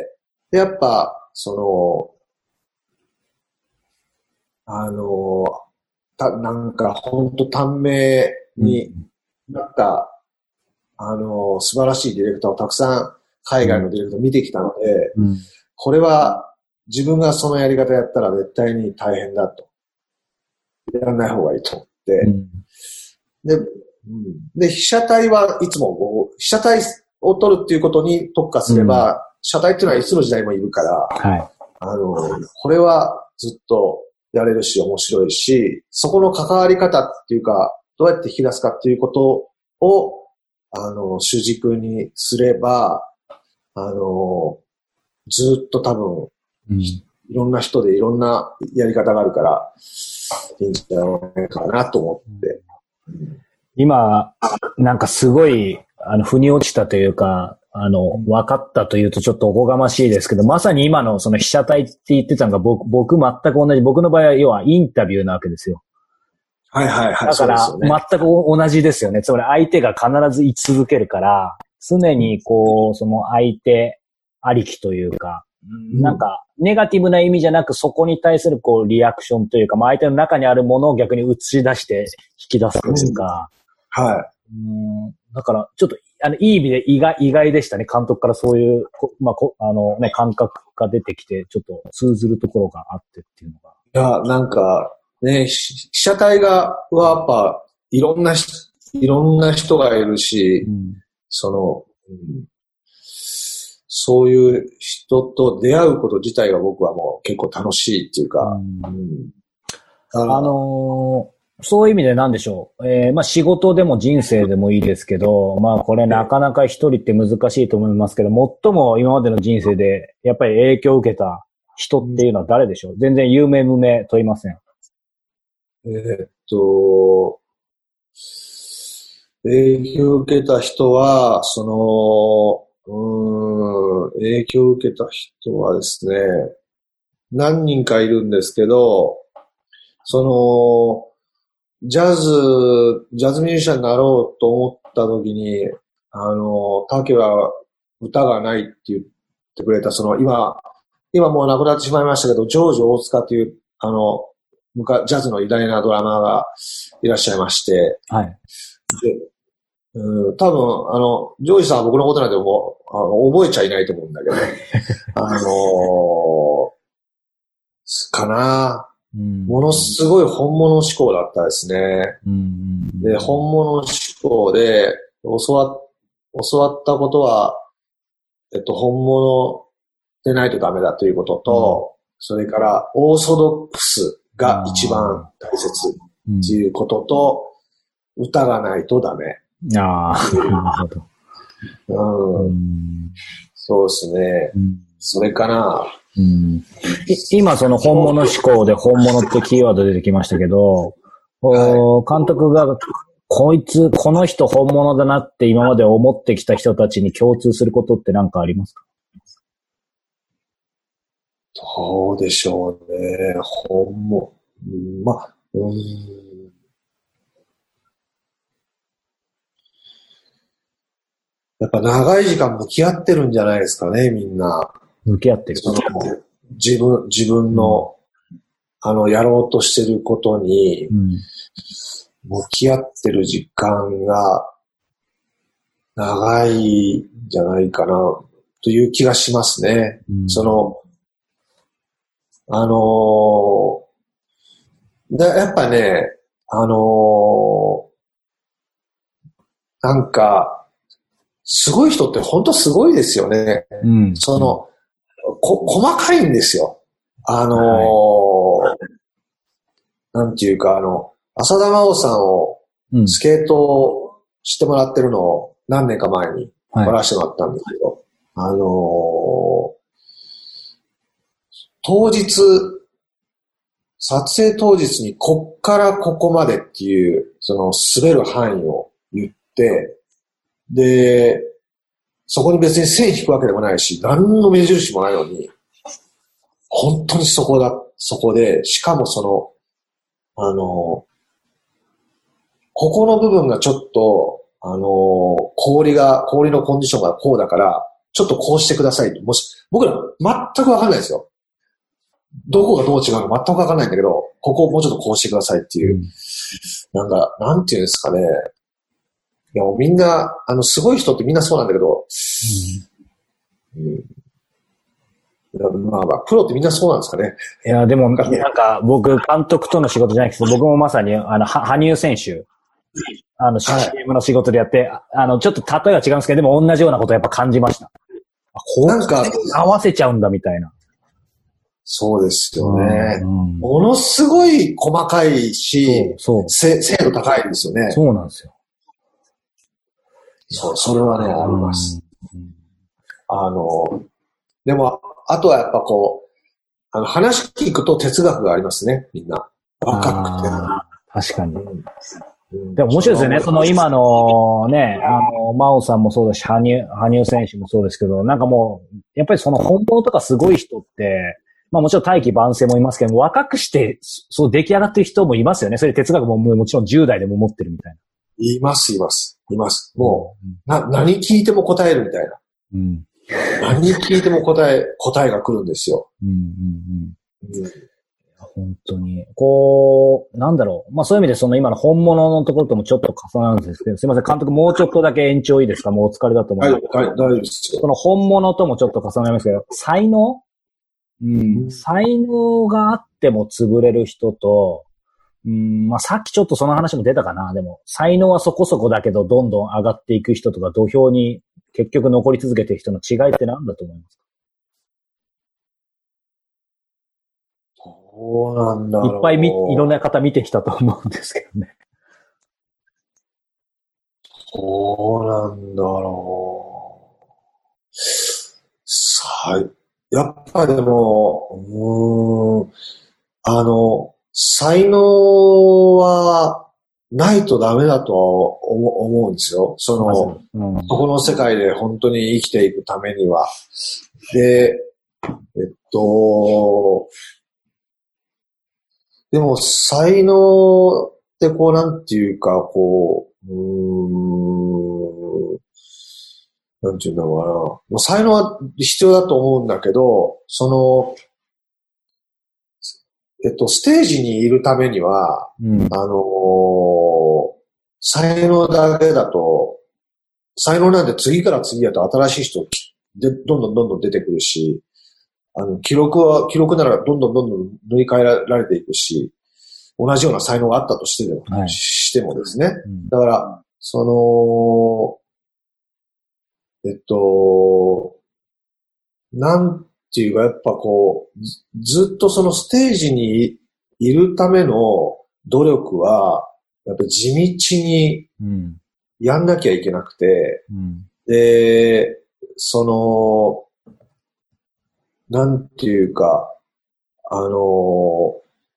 で、やっぱ、その、あの、た、なんか本当短命になった、うん、あの、素晴らしいディレクターをたくさん海外のディレクターを見てきたので、 うん、 これは、 自分がそのやり方やったら絶対に大変だと。やらない方がいいと思って。うん、で、うん、で、被写体はいつもこう、被写体を撮るっていうことに特化すれば、うん、被写体っていうのはいつの時代もいるから、はい、あの、これはずっとやれるし面白いし、そこの関わり方っていうか、どうやって引き出すかっていうことを、あの、主軸にすれば、あの、ずっと多分、うん、いろんな人でいろんなやり方があるから、いいんじゃないかなと思って。 今、なんかすごい、あの、腑に落ちたというか、あの、分かったというとちょっとおこがましいですけど、まさに今のその被写体って言ってたのが僕、僕全く同じ、僕の場合は要はインタビューなわけですよ。 はいはいはい。 だから、全く同じですよね。つまり相手が必ず言い続けるから、常にこう、その相手ありきというか、うん、なんか、ネガティブな意味じゃなく、そこに対するこう、リアクションというか、まあ相手の中にあるものを逆に映し出して引き出すというか、 うん、はい。 うん、だから、ちょっと、あの、いい意味で意外、意外でしたね。監督からそういう、まあ、こあのね、感覚が出てきて、ちょっと通ずるところがあってっていうのが。 いや、なんか、ね、被写体が、はやっぱ、いろんな、いろんな人がいるし、うん、その、うん、そういう人と出会うこと自体が僕はもう結構楽しいっていうか、うんうん、 あのー、そういう意味でなんでしょう。えー、まあ仕事でも人生でもいいですけど、まあこれなかなか一人って難しいと思いますけど、最も今までの人生でやっぱり影響を受けた人っていうのは誰でしょう。全然有名無名問いません。 えー、っと、影響を受けた人は、その、うーん、影響を受けた人はですね、何人かいるんですけど、その、ジャズ、ジャズミュージシャンになろうと思った時に、あの、竹は歌がないって言ってくれた、その、今、今もう亡くなってしまいましたけど、ジョージ大塚という、あの、ジャズの偉大なドラマーがいらっしゃいまして、はい。で、うん、多分、あの、ジョージさんは僕のことなんてもう、あの覚えちゃいないと思うんだけど、あのー、かな、うん、ものすごい本物志向だったですね。うん、で、本物志向で、教わ、教わったことは、えっと、本物でないとダメだということと、うん、それから、オーソドックスが一番大切っていうことと、うん、歌がないとダメ。 ああ、なるほど。 うん。うん、そうですね。うん、それかな。 うん、今その本物志向で本物ってキーワード出てきましたけど、はい、監督がこいつ、この人本物だなって今まで思ってきた人たちに共通することって何かありますか？ どうでしょうね。本物。まあ、うーん。やっぱ長い時間向き合ってるんじゃないですかね、みんな。 向き合ってる。 その自分、自分の、うん、あの、やろうとしてることに、向き合ってる時間が長いんじゃないかな、という気がしますね。うん、その、あのー、だやっぱね、あのー、なんか、すごい人って本当すごいですよね。うん、その、こ、細かいんですよ。あのーはい、なんていうか、あの、浅田真央さんをスケートをしてもらってるのを何年か前に撮らせてもらったんですけど、はい、あのー、当日、撮影当日にこっからここまでっていう、その滑る範囲を言って、で、そこに別に線引くわけでもないし、何の目印もないのに、本当にそこだ、そこで、しかもその、あの、ここの部分がちょっと、あの、氷が、氷のコンディションがこうだから、ちょっとこうしてくださいと。もし、僕ら全くわかんないですよ。どこがどう違うの全くわかんないんだけど、ここをもうちょっとこうしてくださいっていう、うん、なんか、なんていうんですかね。いや、もうみんな、あの、すごい人ってみんなそうなんだけど、うんうん、 まあまあ、プロってみんなそうなんですかね。 いや、でも、なんか、僕、監督との仕事じゃないけど、僕もまさに、あの、は、羽生選手、あの、シーエム の仕事でやって、あの、ちょっと例えは違うんですけど、でも同じようなことをやっぱ感じました。なんか、合わせちゃうんだみたいな。 そうですよね。うん、ものすごい細かいし、そうそう精度高いですよね。 そうなんですよ。 そう、それはね、あります。うん、あの、でも、あとはやっぱこう、あの、話聞くと哲学がありますね、みんな。若くて。 確かに。うん、でも面白いですよね。その今のね、あの、真央さんもそうだし、羽生、羽生選手もそうですけど、なんかもう、やっぱりその本物とかすごい人って、まあもちろん大器晩成もいますけど、若くして、そう出来上がってる人もいますよね。それ哲学ももうもちろんじゅう代でも持ってるみたいな。 います、います。います。もう、うん、な、何聞いても答えるみたいな。うん。何聞いても答え、答えが来るんですよ。うんうんうん。うん、本当に。こう、なんだろう。まあそういう意味でその今の本物のところともちょっと重なるんですけど、すいません、監督もうちょっとだけ延長いいですか？もうお疲れだと思う。はい、 はい、大丈夫ですよ。 その本物ともちょっと重なりますけど、才能うん、才能があっても潰れる人と、うん、まあさっきちょっとその話も出たかな。でも、才能はそこそこだけど、どんどん上がっていく人とか、土俵に結局残り続けている人の違いって何だと思いますか？ そうなんだろう。 いっぱいみ、いろんな方見てきたと思うんですけどね。 そうなんだろう。さい、やっぱでも、うーん、あの、才能はないとダメだと思思うんですよ。その、うん、そこの世界で本当に生きていくためには。で、えっと、でも才能ってこうなんていうか、こう、うーん、なんていうんだろうな。才能は必要だと思うんだけど、その、えっと、ステージにいるためには、うん、あのー、才能だけだと、才能なんて次から次へと新しい人で、どんどんどんどん出てくるし、あの、記録は、記録ならどんどんどんどん塗り替えられていくし、同じような才能があったとしても、はい、してもですね。うん、だから、その、えっと、なんっていうか、やっぱこう、ずっとそのステージにいるための努力は、やっぱり地道にやんなきゃいけなくて、うん、で、その、なんていうか、あの、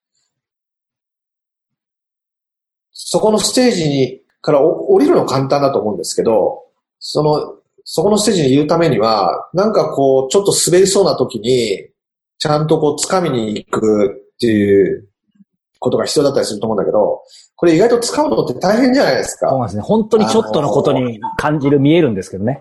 そこのステージにから降りるの簡単だと思うんですけど、その、そこのステージにいるためには、なんかこう、ちょっと滑りそうな時に、ちゃんとこう、掴みに行くっていうことが必要だったりすると思うんだけど、これ意外と掴むのって大変じゃないですか。 そうなんですね。本当にちょっとのことに感じる、見えるんですけどね。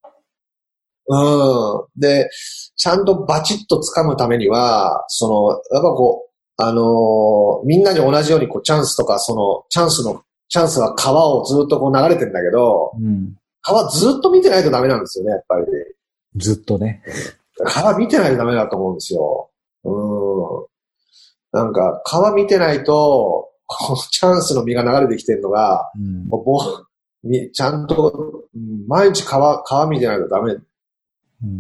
うん。で、ちゃんとバチッと掴むためには、その、やっぱこう、あのー、みんなに同じようにこう、チャンスとか、その、チャンスの、チャンスは川をずっとこう流れてるんだけど、うん川ずっと見てないとダメなんですよね、やっぱり。 ずっとね。 川見てないとダメだと思うんですよ。うん。なんか、川見てないと、このチャンスの実が流れてきてるのが、うん、もうちゃんと、毎日川、川見てないとダメ。うん、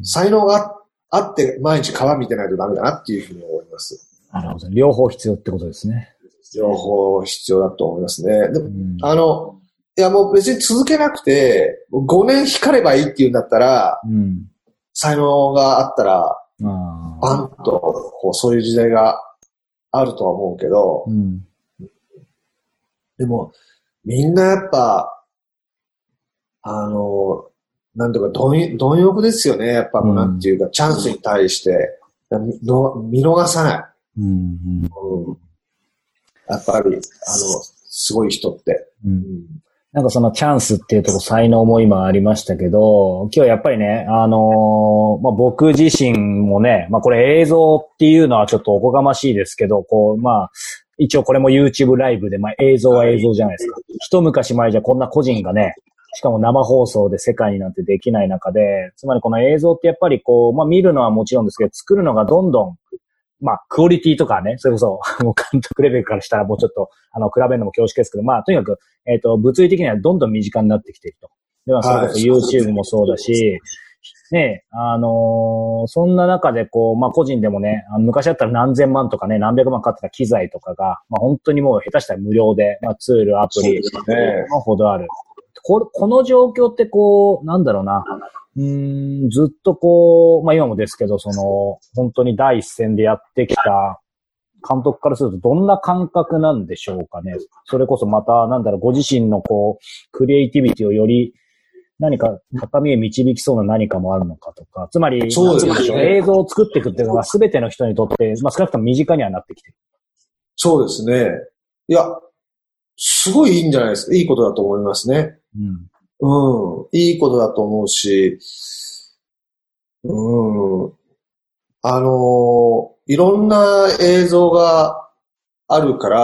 才能があって毎日川見てないとダメだなっていうふうに思います。 なるほど。両方必要ってことですね。 両方必要だと思いますね。でも、うん、あの、いやもう別に続けなくて、ごねん光ればいいっていうんだったら、うん、才能があったら、バンとこうそういう時代があるとは思うけど、うん、でもみんなやっぱ、あの、なんていうか貪欲ですよね。やっぱもうなんていうか、うん、チャンスに対して見逃さない。うんうんうん、やっぱり、あの、すごい人って。うんなんかそのチャンスっていうところ才能も今ありましたけど、今日やっぱりね、あのー、まあ、僕自身もね、まあ、これ映像っていうのはちょっとおこがましいですけど、こう、まあ、一応これも YouTube ライブで、まあ、映像は映像じゃないですか。一昔前じゃこんな個人がね、 しかも生放送で世界になんてできない中で、つまりこの映像ってやっぱりこう、まあ見るのはもちろんですけど、作るのがどんどん、まあクオリティとかね、それこそ、もう監督レベルからしたらもうちょっと、あの、比べるのも恐縮ですけど、まあとにかく、えっと、物理的にはどんどん身近になってきていると。では、それこそ YouTube もそうだし、ね、あのー、そんな中でこう、まあ個人でもね、あの昔だったら何千万とかね、何百万かかってた機材とかが、まあ本当にもう下手したら無料で、まあツール、アプリ、のほどある。こ, この状況ってこう、なんだろうな、うーん、ずっとこう、まあ今もですけど、その、本当に第一線でやってきた監督からするとどんな感覚なんでしょうかね。それこそまた、なんだろう、ご自身のこう、クリエイティビティをより何か高みへ導きそうな何かもあるのかとか、つまり、 そうですね、 映像を作っていくっていうのが全ての人にとって、まあ少なくとも身近にはなってきてる。 そうですね。いや、すごいいいんじゃないですか。いいことだと思いますね。うん。うん。いいことだと思うし、うん。あの、いろんな映像があるから、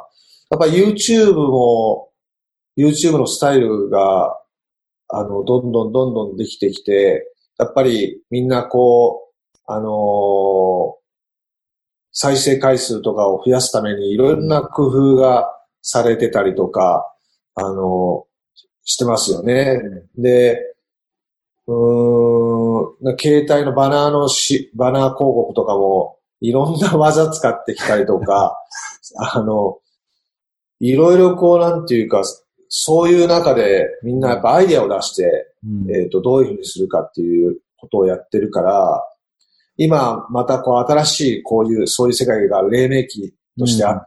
やっぱ YouTube も、YouTube のスタイルが、あの、どんどんどんどんできてきて、やっぱりみんなこう、あの、再生回数とかを増やすためにいろんな工夫がされてたりとか、あの、してますよね。で、うーん、携帯のバナーのし、バナー広告とかもいろんな技使ってきたりとか、あの、いろいろこうなんていうか、そういう中でみんなやっぱアイデアを出して、うん、えっと、どういうふうにするかっていうことをやってるから、今またこう新しいこういう、そういう世界が黎明期としてあって、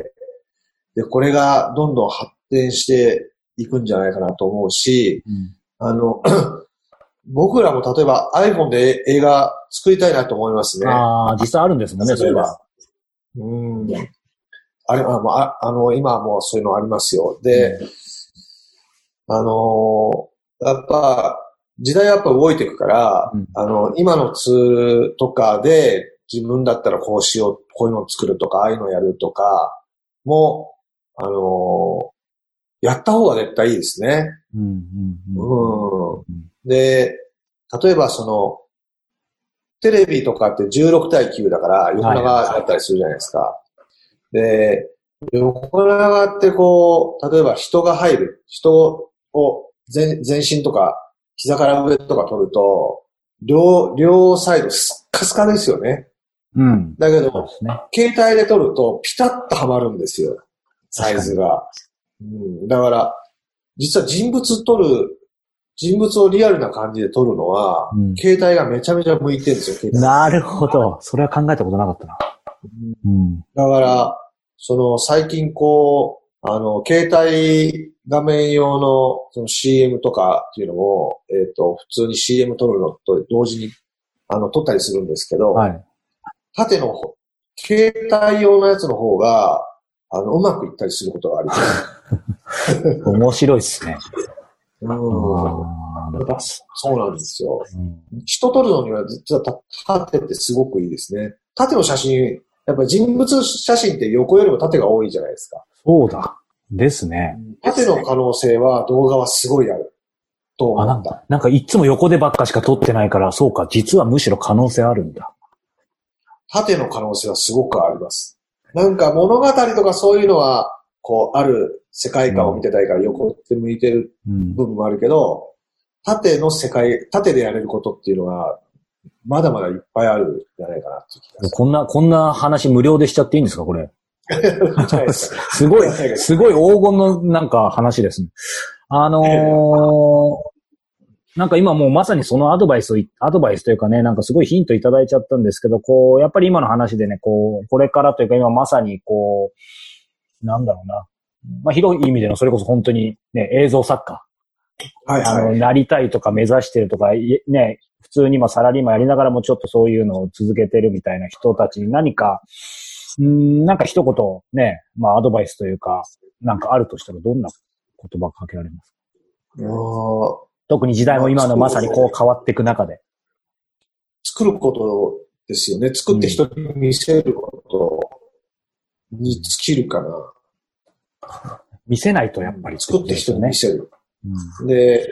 うん、で、これがどんどん発展していくんじゃないかなと思うし、うん、あの、僕らも例えば iPhone で映画作りたいなと思いますね。 ああ、実際あるんですもんね、それは。 うん。あれ、あ、あの、今はもうそういうのありますよ。で、うん、あの、やっぱ、時代はやっぱ動いていくから、うん、あの、今のツールとかで自分だったらこうしよう、こういうのを作るとか、ああいうのをやるとかも、あの、やった方が絶対いいですね。うんうんうんうん、で、例えばその、テレビとかってじゅうろくたいきゅうだから横長だったりするじゃないですか。はい、で、横長ってこう、例えば人が入る、人を全身とか膝から上とか撮ると、両、両サイドスッカスカですよね。うん。だけど、ね、携帯で撮るとピタッとはまるんですよ。サイズが。うん、だから、実は人物撮る、人物をリアルな感じで撮るのは、うん、携帯がめちゃめちゃ向いてるんですよ、携帯。 なるほど。それは考えたことなかったな。 うん、だから、その最近こう、あの、携帯画面用のその シーエム とかっていうのも、えっと、普通に シーエム 撮るのと同時に、あの、撮ったりするんですけど、はい、縦の、携帯用のやつの方が、あの、うまくいったりすることがあります。 面白いですね。 うん、そうなんですよ。うん、人撮るのには実は縦ってすごくいいですね。縦の写真、やっぱり人物写真って横よりも縦が多いじゃないですか。 そうだ。ですね。 縦の可能性は動画はすごいある。と思った。 あ、なんか、なんかいつも横でばっかしか撮ってないから、そうか、実はむしろ可能性あるんだ。 縦の可能性はすごくあります。なんか物語とかそういうのは、こう、ある世界観を見てたいから横って向いてる部分もあるけど、うん、縦の世界、縦でやれることっていうのは、まだまだいっぱいあるんじゃないかなっていう気がする。 こんな、こんな話無料でしちゃっていいんですか、これ。すごい、すごい黄金のなんか話ですね。あのー、なんか今もうまさにそのアドバイスを、アドバイスというかね、なんかすごいヒントいただいちゃったんですけど、こう、やっぱり今の話でね、こう、これからというか今まさにこう、なんだろうな。まあ広い意味でのそれこそ本当にね、映像作家。はい、はい。あの、なりたいとか目指してるとか、ね、普通に今サラリーマンやりながらもちょっとそういうのを続けてるみたいな人たちに何か、んーなんか一言ね、まあアドバイスというか、なんかあるとしたらどんな言葉かけられますか？特に時代も今のまさにこう変わっていく中で。 作ることですよね。作って人に見せることに尽きるかな。 見せないとやっぱり、 ね、作って人に見せる。 うん、で、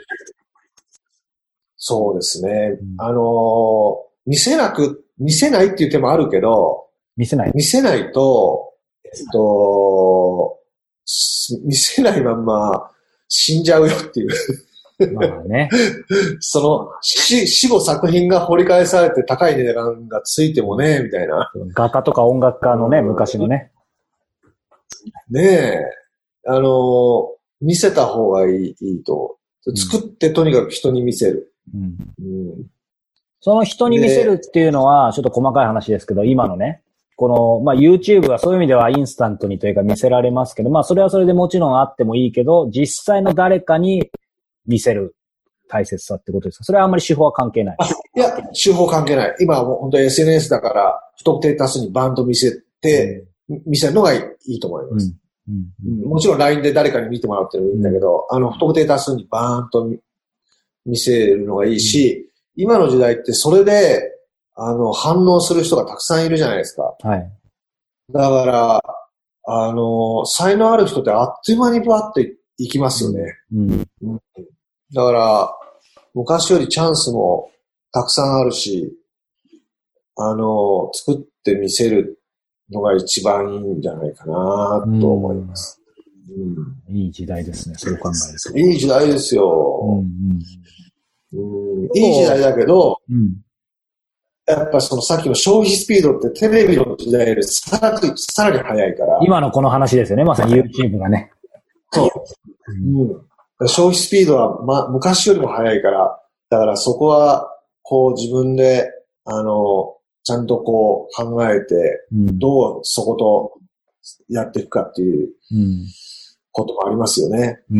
そうですね。うん、あの、見せなく、見せないっていう手もあるけど、 見せない見せないと、えっと、見せないまんま死んじゃうよっていう。 まあね。 その死、死後作品が掘り返されて高い値段がついてもね、みたいな。 画家とか音楽家のね、昔のね。 ねえ。あの、見せた方がいい、いいと。作ってとにかく人に見せる。うんうん、その人に見せるっていうのは、ちょっと細かい話ですけど、今のね、この、まあ、YouTube はそういう意味ではインスタントにというか見せられますけど、まあ、それはそれでもちろんあってもいいけど、実際の誰かに見せる大切さってことですか？それはあんまり手法は関係ない。 いや、手法関係ない。今はもう本当に エスエヌエス だから、不特定多数にバンと見せて、うん、見せるのがいいと思います。うんうんうん、もちろん ライン で誰かに見てもらうっていうのもいいんだけど、うん、あの、不特定多数にバーンと見せるのがいいし、うん、今の時代ってそれで、あの、反応する人がたくさんいるじゃないですか。はい。だから、あの、才能ある人ってあっという間にバーっていきますよね。うんうん、だから、昔よりチャンスもたくさんあるし、あの、作ってみせるのが一番いいんじゃないかなと思います、 うん。いい時代ですね、そう考えると。 いい時代ですよ。うんうん、うん、いい時代だけど、うん、やっぱそのさっきの消費スピードってテレビの時代よりさらに、さらに速いから。 今のこの話ですよね、まさに YouTube がね。 そう。うん、消費スピードは、ま、昔よりも速いから、だからそこは、こう自分で、あの、ちゃんとこう考えて、うん、どうそことやっていくかっていうこともありますよね。 うん、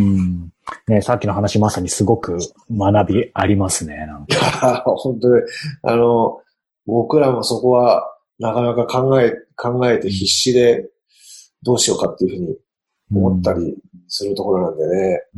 ね、さっきの話まさにすごく学びありますね。なんかいや、本当に、あの、僕らもそこはなかなか考え、考えて必死でどうしようかっていうふうに思ったりするところなんでね。うん、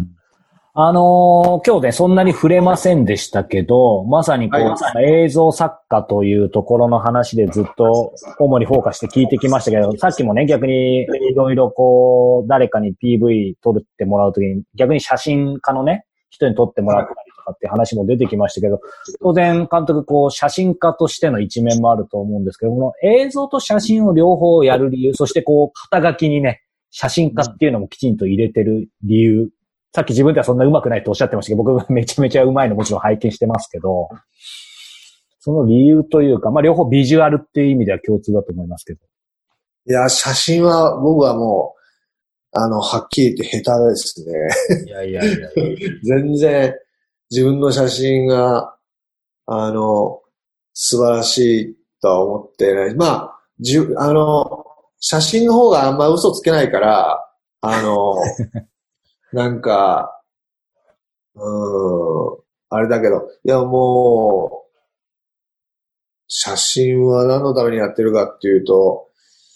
あのー、今日ね、そんなに触れませんでしたけど、まさにこう、はい、映像作家というところの話でずっと主にフォーカスして聞いてきましたけど、さっきもね、逆にいろいろこう、誰かに ピーブイ 撮ってもらうときに、逆に写真家のね、人に撮ってもらったりとかって話も出てきましたけど、当然監督こう、写真家としての一面もあると思うんですけど、この映像と写真を両方やる理由、そしてこう、肩書きにね、写真家っていうのもきちんと入れてる理由、さっき自分ではそんな上手くないとおっしゃってましたけど、僕めちゃめちゃ上手いのもちろん拝見してますけど、その理由というか、まあ両方ビジュアルっていう意味では共通だと思いますけど。 いや、写真は僕はもう、あの、はっきり言って下手ですね。いやいやいや。全然自分の写真が、あの、素晴らしいとは思ってない。まあ、じゅ、あの、写真の方があんま嘘つけないから、あの、なんか、うーん、あれだけど、いやもう、写真は何のためにやってるかっていうと、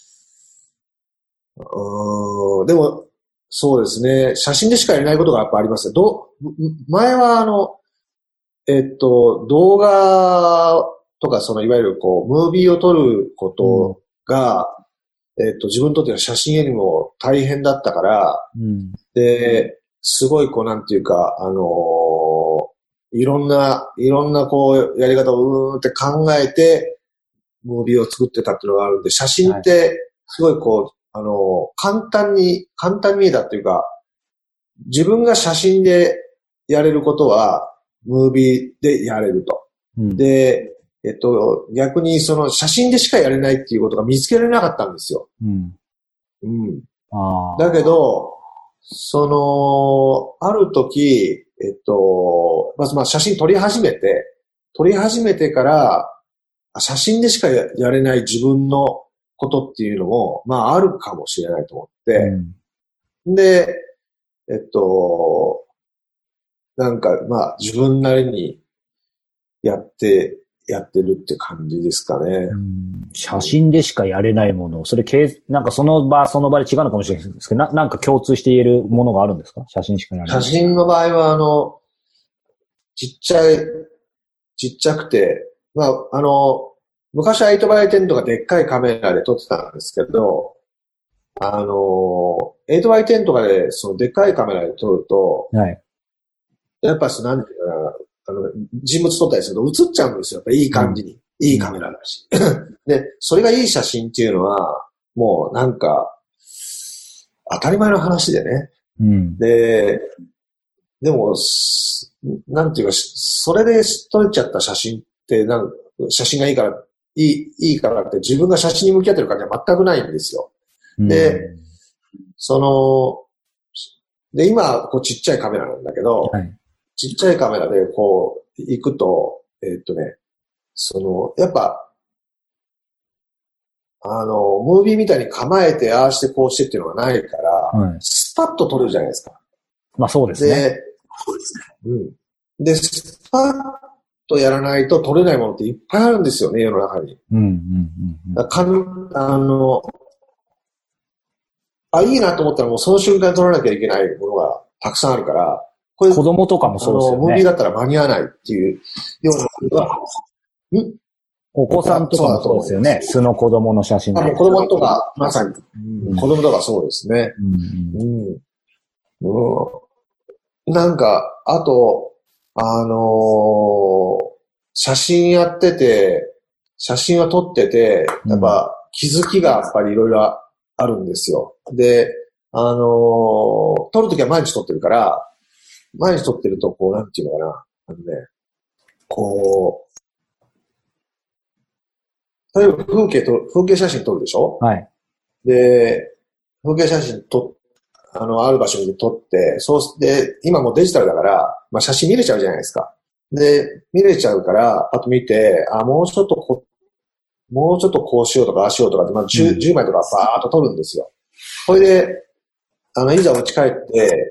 うーん、でも、そうですね、写真でしかやれないことがやっぱありますよ。ど、前はあの、えっと、動画とかそのいわゆるこう、ムービーを撮ることが、うん、えっと、自分にとっては写真よりも大変だったから、うん、で、すごいこうなんていうか、あのー、いろんな、いろんなこうやり方をうーんって考えて、ムービーを作ってたっていうのがあるんで、写真ってすごいこう、あのー、簡単に、簡単に見えたっていうか、自分が写真でやれることは、ムービーでやれると。うん、で、えっと、逆にその写真でしかやれないっていうことが見つけられなかったんですよ。うん。うん。あだけど、その、ある時、えっと、まずまあ写真撮り始めて、撮り始めてから、写真でしかやれない自分のことっていうのも、まああるかもしれないと思って、うん、で、えっと、なんかまあ自分なりにやって、やってるって感じですかね。うん、 写真でしかやれないもの、それ、なんかその場、その場で違うのかもしれないですけど、な、なんか共通して言えるものがあるんですか？写真しかやれない。 写真の場合は、あの、ちっちゃい、ちっちゃくて、まあ、あの、昔はエイトバイテンとかでっかいカメラで撮ってたんですけど、あの、 エイトバイテン とかで、そのでっかいカメラで撮ると、はい。やっぱり、なんていうかな、あの、人物撮ったりすると映っちゃうんですよ。やっぱいい感じに。うん、いいカメラだし。で、それがいい写真っていうのは、もうなんか、当たり前の話でね。うん、で、でも、なんていうか、それで撮れちゃった写真って、なんか写真がいいから、いい、いいからって自分が写真に向き合ってる感じは全くないんですよ。で、うん、その、で、今、こうちっちゃいカメラなんだけど、はい、ちっちゃいカメラでこう行くと、えー、っとね、その、やっぱ、あの、ムービーみたいに構えて、ああしてこうしてっていうのがないから、はい、スパッと撮れるじゃないですか。 まあそうですね。で、 そうですね。うん。で、スパッとやらないと撮れないものっていっぱいあるんですよね、世の中に。うんうんうんうん、だかあの、あ、いいなと思ったらもうその瞬間に撮らなきゃいけないものがたくさんあるから、 これ子供とかもそうですよね。 ムービーだったら間に合わないっていうようなことが、んお子さんとかもそうですよね。素の子供の写真。 あ、もう子供とか、まさに、うん、子供とかそうですね。うんうんうん、なんか、あと、あのー、写真やってて、写真を撮ってて、やっぱ気づきがやっぱりいろいろあるんですよ。で、あのー、撮るときは毎日撮ってるから、毎日撮ってると、こう、なんていうのかな。あのね、こう、例えば風景と、風景写真撮るでしょ？はい。で、風景写真撮、あの、ある場所に撮って、そうして、今もうデジタルだから、まあ写真見れちゃうじゃないですか。で、見れちゃうから、あと見て、あ、もうちょっとこ、もうちょっとこうしようとか、ああしようとかって、まあ 10,、うん、じゅうまいとかバーっと撮るんですよ。それで、あの、いざ持ち帰って、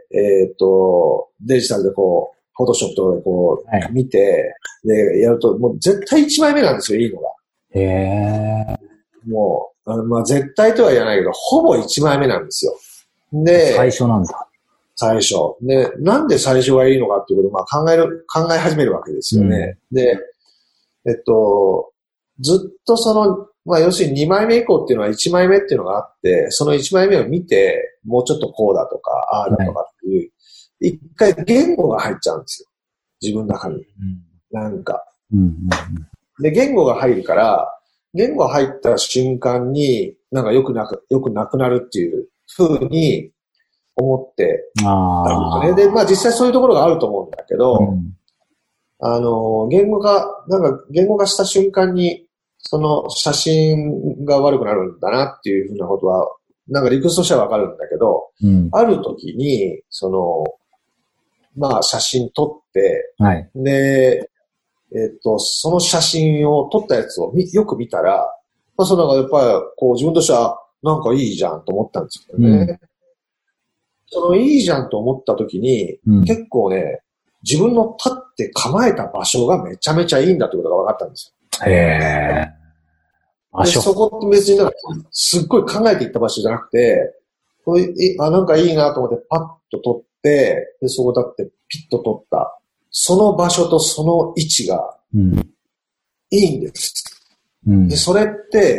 えっと、デジタルでこう、フォトショップとかでこう、はい、見て、で、やると、もう絶対いちまいめなんですよ、いいのが。へー。もう、あのまあ、絶対とは言わないけど、ほぼいちまいめなんですよ。で、 最初なんだ。 最初。で、なんで最初がいいのかっていうことを、まあ、考える、考え始めるわけですよね。うん、で、えっと、ずっとその、まあ要するににまいめ以降っていうのはいちまいめっていうのがあって、そのいちまいめを見て、もうちょっとこうだとか、ああだとかっていう、一、はい、回言語が入っちゃうんですよ。自分の中に。うん、なんか、うんうんうん。で、言語が入るから、言語が入った瞬間に、なんか良くなく、良くなくなるっていう風に思ってたんですよね。で、まあ実際そういうところがあると思うんだけど、うん、あの、言語化、なんか言語化した瞬間に、その写真が悪くなるんだなっていうふうなことは、なんか理屈としてはわかるんだけど、うん、ある時に、その、まあ写真撮って、はい、で、えっと、その写真を撮ったやつをよく見たら、まあそのやっぱりこう自分としてはなんかいいじゃんと思ったんですよね。うん、そのいいじゃんと思った時に、うん、結構ね、自分の立って構えた場所がめちゃめちゃいいんだってことが分かったんですよ。へー。でそこって別になんかすっごい考えていった場所じゃなくて、これあなんかいいなと思ってパッと撮って、でそこ立ってピッと撮った。その場所とその位置がいいんです。うん、でそれって、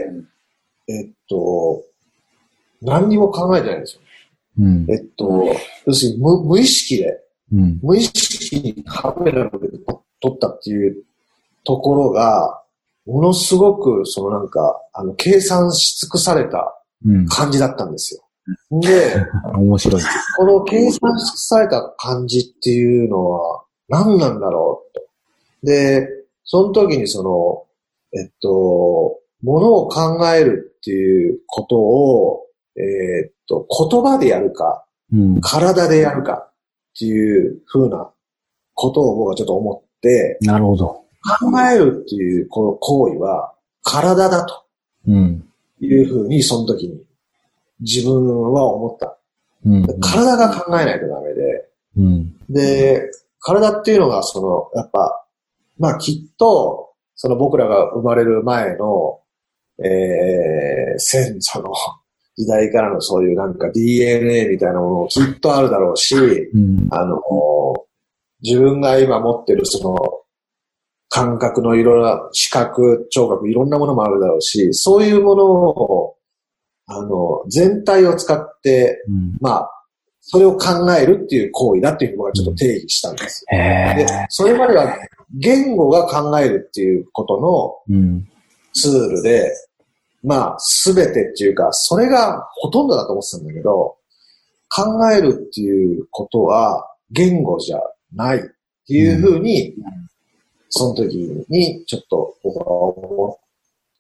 えっと、何にも考えてないんですよ。うん、えっと、要するに 無, 無意識で、うん、無意識にカメラで撮ったっていうところが、ものすごく、そのなんか、あの、計算し尽くされた感じだったんですよ。うん、で、 面白い。 この計算し尽くされた感じっていうのは何なんだろうと。で、その時にその、えっと、ものを考えるっていうことを、えー、っと、言葉でやるか、うん、体でやるかっていう風なことを僕はちょっと思って、 なるほど。 考えるっていうこの行為は体だという風にその時に自分は思った。うんうん、体が考えないとダメで、うん、で、体っていうのがその、やっぱ、まあきっと、その僕らが生まれる前の、えー、先祖の時代からのそういうなんか ディーエヌエー みたいなものもきっとあるだろうし、うん、あの、自分が今持ってるその感覚のいろんな視覚、聴覚、いろんなものもあるだろうし、そういうものを、 あの、全体を使って、うん、まあ、それを考えるっていう行為だっていうのがちょっと定義したんですよ。 うん、 で、それまでは言語が考えるっていうことのツールで、うん、まあ、すべてっていうか、それがほとんどだと思ってたんだけど、考えるっていうことは言語じゃないっていうふうに、うん、その時にちょっと僕は思って、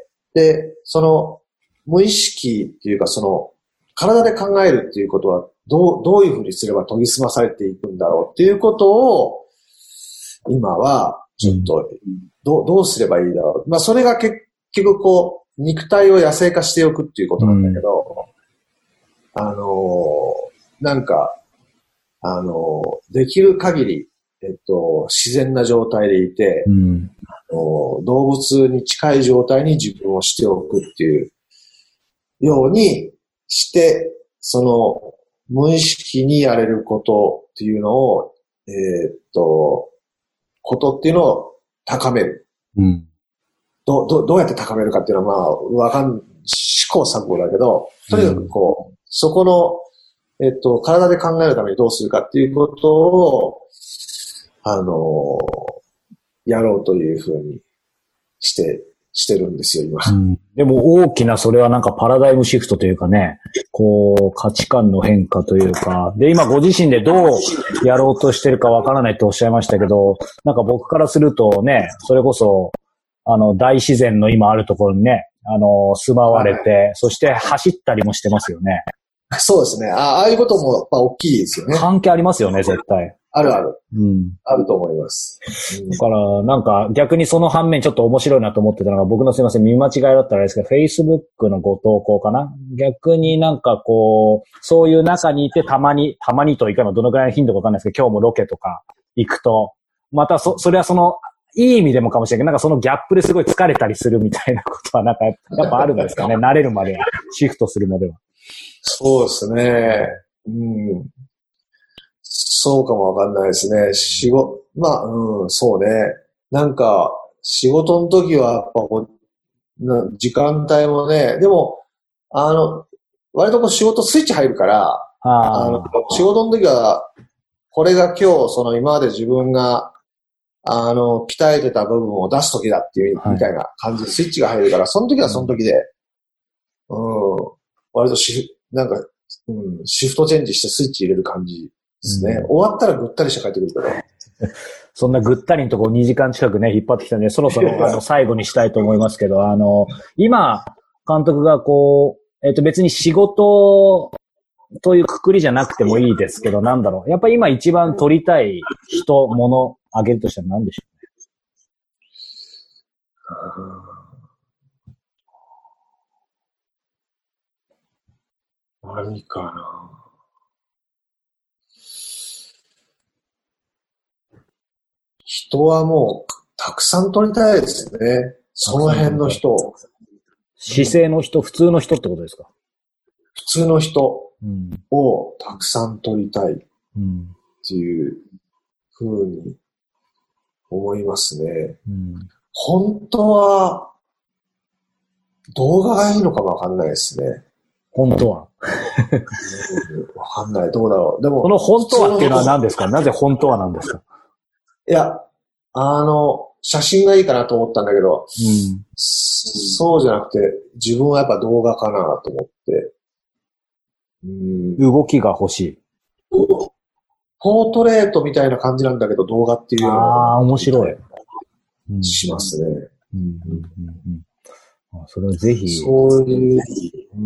で、その無意識っていうか、その体で考えるっていうことはどう、どういうふうにすれば研ぎ澄まされていくんだろうっていうことを、今はちょっとどう、どうすればいいだろう。まあそれが結局こう、肉体を野生化しておくっていうことなんだけど、うん、あの、なんか、あの、できる限り、えっと、自然な状態でいて、うん、あの動物に近い状態に自分をしておくっていうようにして、その無意識にやれることっていうのを、えー、っと、ことっていうのを高める。うん、ど, ど, どうやって高めるかっていうのは、まあ、わかん、試行錯誤だけど、とにかくこう、うん、そこの、えっと、体で考えるためにどうするかっていうことを、あの、やろうというふうにして、してるんですよ、今。 うん、でも大きな、それはなんかパラダイムシフトというかね、こう、価値観の変化というか、で、今ご自身でどうやろうとしてるかわからないとおっしゃいましたけど、なんか僕からするとね、それこそ、あの、大自然の今あるところにね、あの、住まわれて、はい、そして走ったりもしてますよね。 そうですね。ああ、ああいうことも、まあ、大きいですよね。 関係ありますよね、絶対。 あるある。うん。あると思います。 うん、だから、なんか、逆にその反面ちょっと面白いなと思ってたのが、僕のすいません、見間違いだったらあれですけど、Facebook のご投稿かな？逆になんかこう、そういう中にいて、たまに、たまにといかにもどのくらいの頻度かわかんないですけど、今日もロケとか行くと、またそ、それはその、いい意味でもかもしれないけど、なんかそのギャップですごい疲れたりするみたいなことはなんか、やっぱあるんですかね。慣れるまでは。シフトするまでは。 そうですね。うん。そうかもわかんないですね。仕事、まあ、うん、そうね。なんか、仕事の時は、やっぱこう、な時間帯もね、でも、あの、割とこう仕事スイッチ入るから、あの、仕事の時は、これが今日、その今まで自分が、あの、鍛えてた部分を出す時だっていう、みたいな感じでスイッチが入るから、その時はその時で、うん、割とシフ、なんか、うん、シフトチェンジしてスイッチ入れる感じですね。うん、終わったらぐったりして帰ってくるから。 そんなぐったりのとこにじかん近くね、引っ張ってきたんで、そろそろあの最後にしたいと思いますけど、あの、今、監督がこう、えっと別に仕事というくくりじゃなくてもいいですけど、なんだろう。やっぱり今一番撮りたい人、物、あげるとしたら何でしょうね。何かな。人はもうたくさん撮りたいですね。その辺の人。 姿勢の人、普通の人ってことですか？ 普通の人をたくさん撮りたいっていうふうに思いますね。うん、本当は動画がいいのかもわかんないですね。 本当はわかんない。どうだろう。でも、 この本当はっていうのは何ですか？なぜ本当はなんですか？ いや、あの、写真がいいかなと思ったんだけど、うん、そうじゃなくて、自分はやっぱ動画かなと思って。 うん、動きが欲しい。 ポートレートみたいな感じなんだけど、動画っていうのああ、面白い。 しますね。 うんうんうんうん、あ、それはぜひ。 そういう、うん、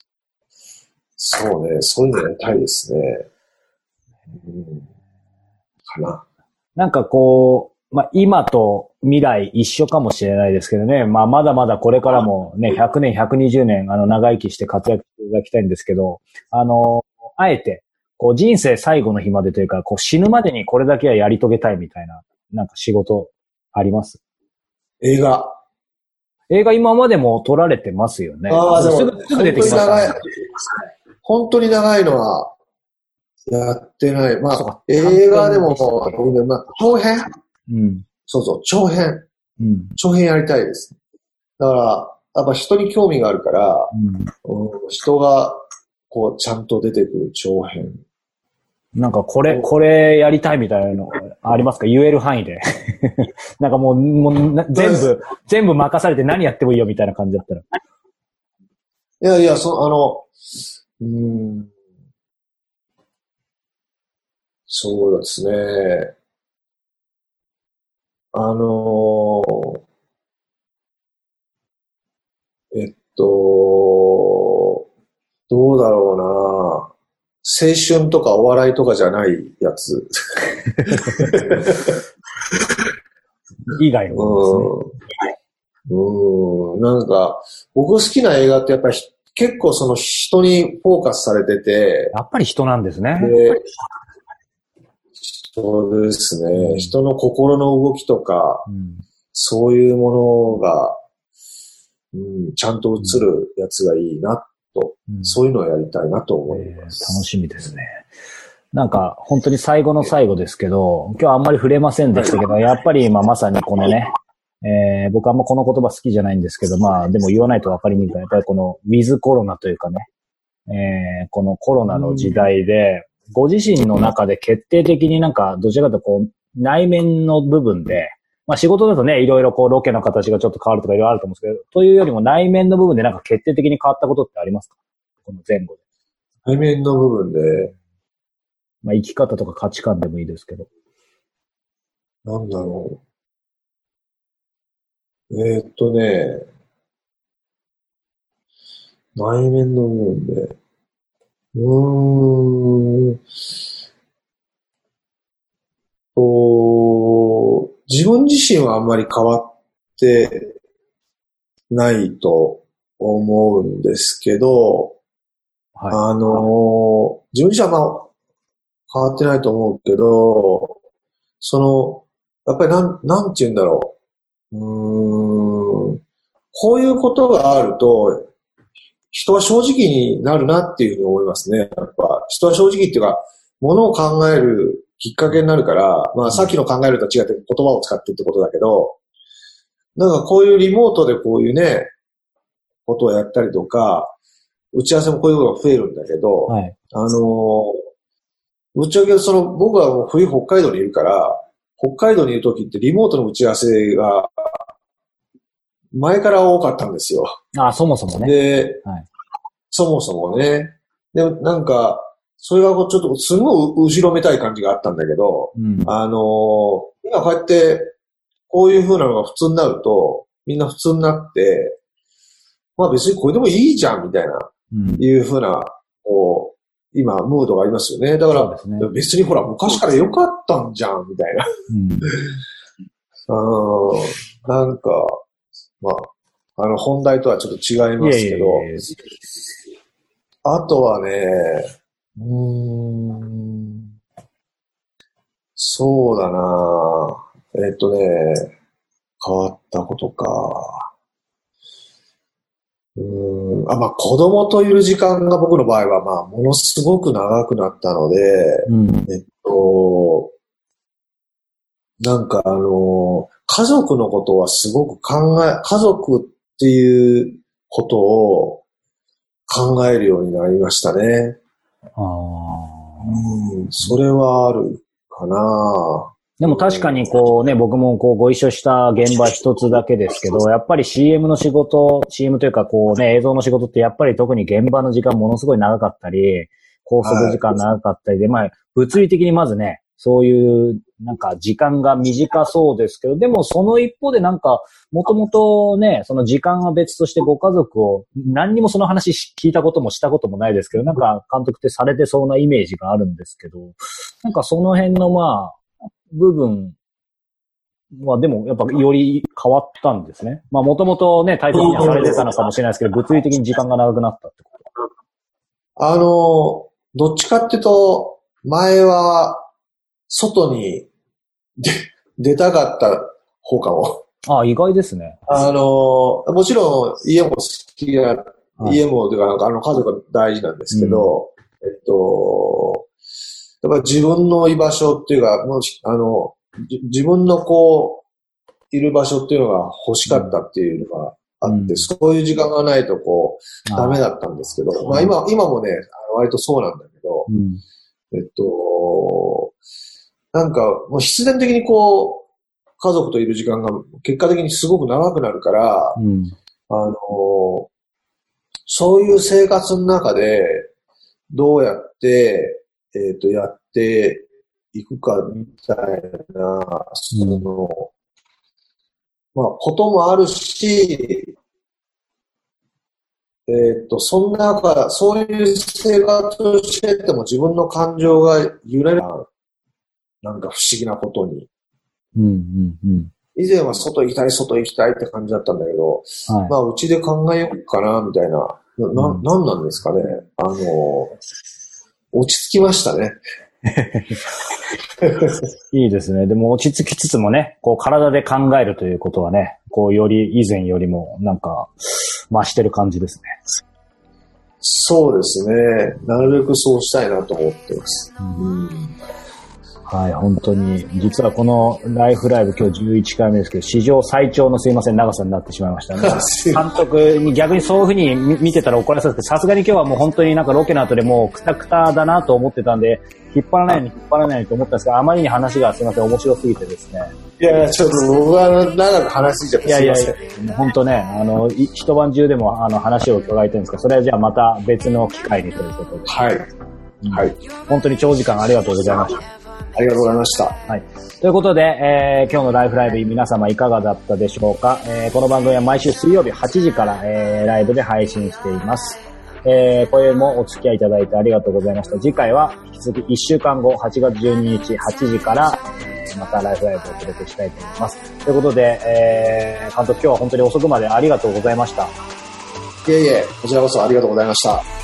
そうね、そういうのやりたいですね。うん、かな。 なんかこう、まあ、今と未来一緒かもしれないですけどね。まあ、まだまだこれからもね、ひゃくねん、ひゃくにじゅうねん、あの、長生きして活躍していただきたいんですけど、あの、あえて、こう、人生最後の日までというか、こう、死ぬまでにこれだけはやり遂げたいみたいな、なんか仕事あります？ 映画。 映画今までも撮られてますよね。 ああ、でも、すぐ、すぐ出てきましたね。本当に長いのは、やってない。まあ、映画でも、まあ、長編、うん、そうそう、長編。うん、長編やりたいです。だから、 やっぱ人に興味があるから、うん、人が、こう、ちゃんと出てくる長編。 なんか、これ、これやりたいみたいなのありますか？言える範囲で。なんかもう、もう、全部、全部任されて何やってもいいよみたいな感じだったら。いやいや、そ、あの、うーん。そうですね。あのー、えっと、どうだろうな。青春とかお笑いとかじゃないやつ。 以外のものですね。 うん。なんか、僕好きな映画ってやっぱり結構その人にフォーカスされてて。 やっぱり人なんですね。 でそうですね、うん。人の心の動きとか、うん、そういうものが、うん、ちゃんと映るやつがいいなと、うん、そういうのをやりたいなと思います。 えー、楽しみですね。なんか、本当に最後の最後ですけど、今日はあんまり触れませんでしたけど、やっぱり今まさにこのね、えー、僕あんまこの言葉好きじゃないんですけど、まあでも言わないと分かりにくいから、やっぱりこのウィズコロナというかね、えー、このコロナの時代で、ご自身の中で決定的になんか、どちらかというとこう、内面の部分で、まあ仕事だとね、いろいろこう、ロケの形がちょっと変わるとかいろいろあると思うんですけど、というよりも内面の部分でなんか決定的に変わったことってありますか？この前後で。 内面の部分で。 まあ生き方とか価値観でもいいですけど。 なんだろう。えー、っとね、内面の部分で。うーん。と、自分自身はあんまり変わってないと思うんですけど、はい、あの、自分自身はまあ変わってないと思うけど、その、やっぱりなん、なんて言うんだろう。うーん、こういうことがあると、人は正直になるなっていうふうに思いますね。やっぱ、人は正直っていうか、ものを考えるきっかけになるから、まあさっきの考えると違って言葉を使ってってことだけど、なんかこういうリモートでこういうね、ことをやったりとか、打ち合わせもこういうことが増えるんだけど、はい、あの、ぶっちゃけその僕はもう冬北海道にいるから、北海道にいるときってリモートの打ち合わせが前から多かったんですよ。 ああ、そもそもね。 で、はい、そもそもね。で、なんか、それがちょっとすごい後ろめたい感じがあったんだけど、うん、あの、今こうやって、こういう風なのが普通になると、みんな普通になって、まあ別にこれでもいいじゃん、みたいな、うん、いう風な、こう、今、ムードがありますよね。だから、ね、別にほら、昔から良かったんじゃん、みたいな。うん、あなんか、まあ、あの、本題とはちょっと違いますけど、いやいやいやいやあとはね、うーん、そうだな、えっとね、変わったことか。うーん、あ、まあ、子供といる時間が僕の場合は、まあ、ものすごく長くなったので、うん、えっと、なんかあの、家族のことはすごく考え、家族っていうことを考えるようになりましたね。あうん、それはあるかな。 でも確かにこうね、僕もこうご一緒した現場一つだけですけど、やっぱり シーエム の仕事、シーエム というかこうね、映像の仕事ってやっぱり特に現場の時間ものすごい長かったり、拘束時間長かったりで、まあ物理的にまずね、そういうなんか時間が短そうですけど、でもその一方でなんかもともとね、その時間は別としてご家族を何にもその話聞いたこともしたこともないですけど、なんか監督ってされてそうなイメージがあるんですけど、なんかその辺のまあ、部分はでもやっぱより変わったんですね。まあもともとね、大切にはされてたのかもしれないですけど、物理的に時間が長くなったってこと。 あの、どっちかっていうと、前は外に出たかった方かも。 ああ、意外ですね。 あの、もちろん家も好きな、はい、家もというかなんかあの家族が大事なんですけど、うん、えっと、やっぱ自分の居場所っていうか、もうあの、自分のこう、いる場所っていうのが欲しかったっていうのがあって、うん、そういう時間がないとこう、ダメだったんですけど、あまあ今、今もね、割とそうなんだけど、うん、えっと、なんかもう必然的にこう、家族といる時間が結果的にすごく長くなるから、うん、あの、そういう生活の中で、どうやって、えっと、やっていくかみたいな、その、うん、まあ、こともあるし、えっと、そんな中、そういう生活をしてても自分の感情が揺れる、なんか不思議なことに。 うんうんうん、 以前は外行きたい、外行きたいって感じだったんだけど、はい、まあ、うちで考えようかな、みたいな。な、な、うん、なんなんですかね。あの、落ち着きましたね。 いいですね。でも落ち着きつつもね、こう体で考えるということはね、こうより以前よりもなんか増してる感じですね。 そうですね。なるべくそうしたいなと思ってます。うんはい、本当に。実はこのライフライブ今日じゅういちかいめですけど、史上最長のすいません、長さになってしまいましたね。監督に逆にそういう風に見てたら怒らせて、さすがに今日はもう本当になんかロケの後でもうクタクタだなと思ってたんで、引っ張らないように引っ張らないようにと思ったんですが、あまりに話がすいません、面白すぎてですね。 いやいや、ちょっと僕は長く話しちゃってすいません。いやいや、 もう本当ね、あの、一晩中でもあの話を伺いたいんですが、それはじゃあまた別の機会にということで。 はい。はい。 本当に長時間ありがとうございました。 ありがとうございました。 はい。ということで、えー、今日のライフライブ皆様いかがだったでしょうか。えー、この番組は毎週水曜日はちじから、えー、ライブで配信しています。えー、これもお付き合いいただいてありがとうございました。次回は引き続きいっしゅうかんご、はちがつじゅうににちはちじから、またライフライブをお届けしたいと思います。ということで、えー、監督今日は本当に遅くまでありがとうございました。 いえいえ、こちらこそありがとうございました。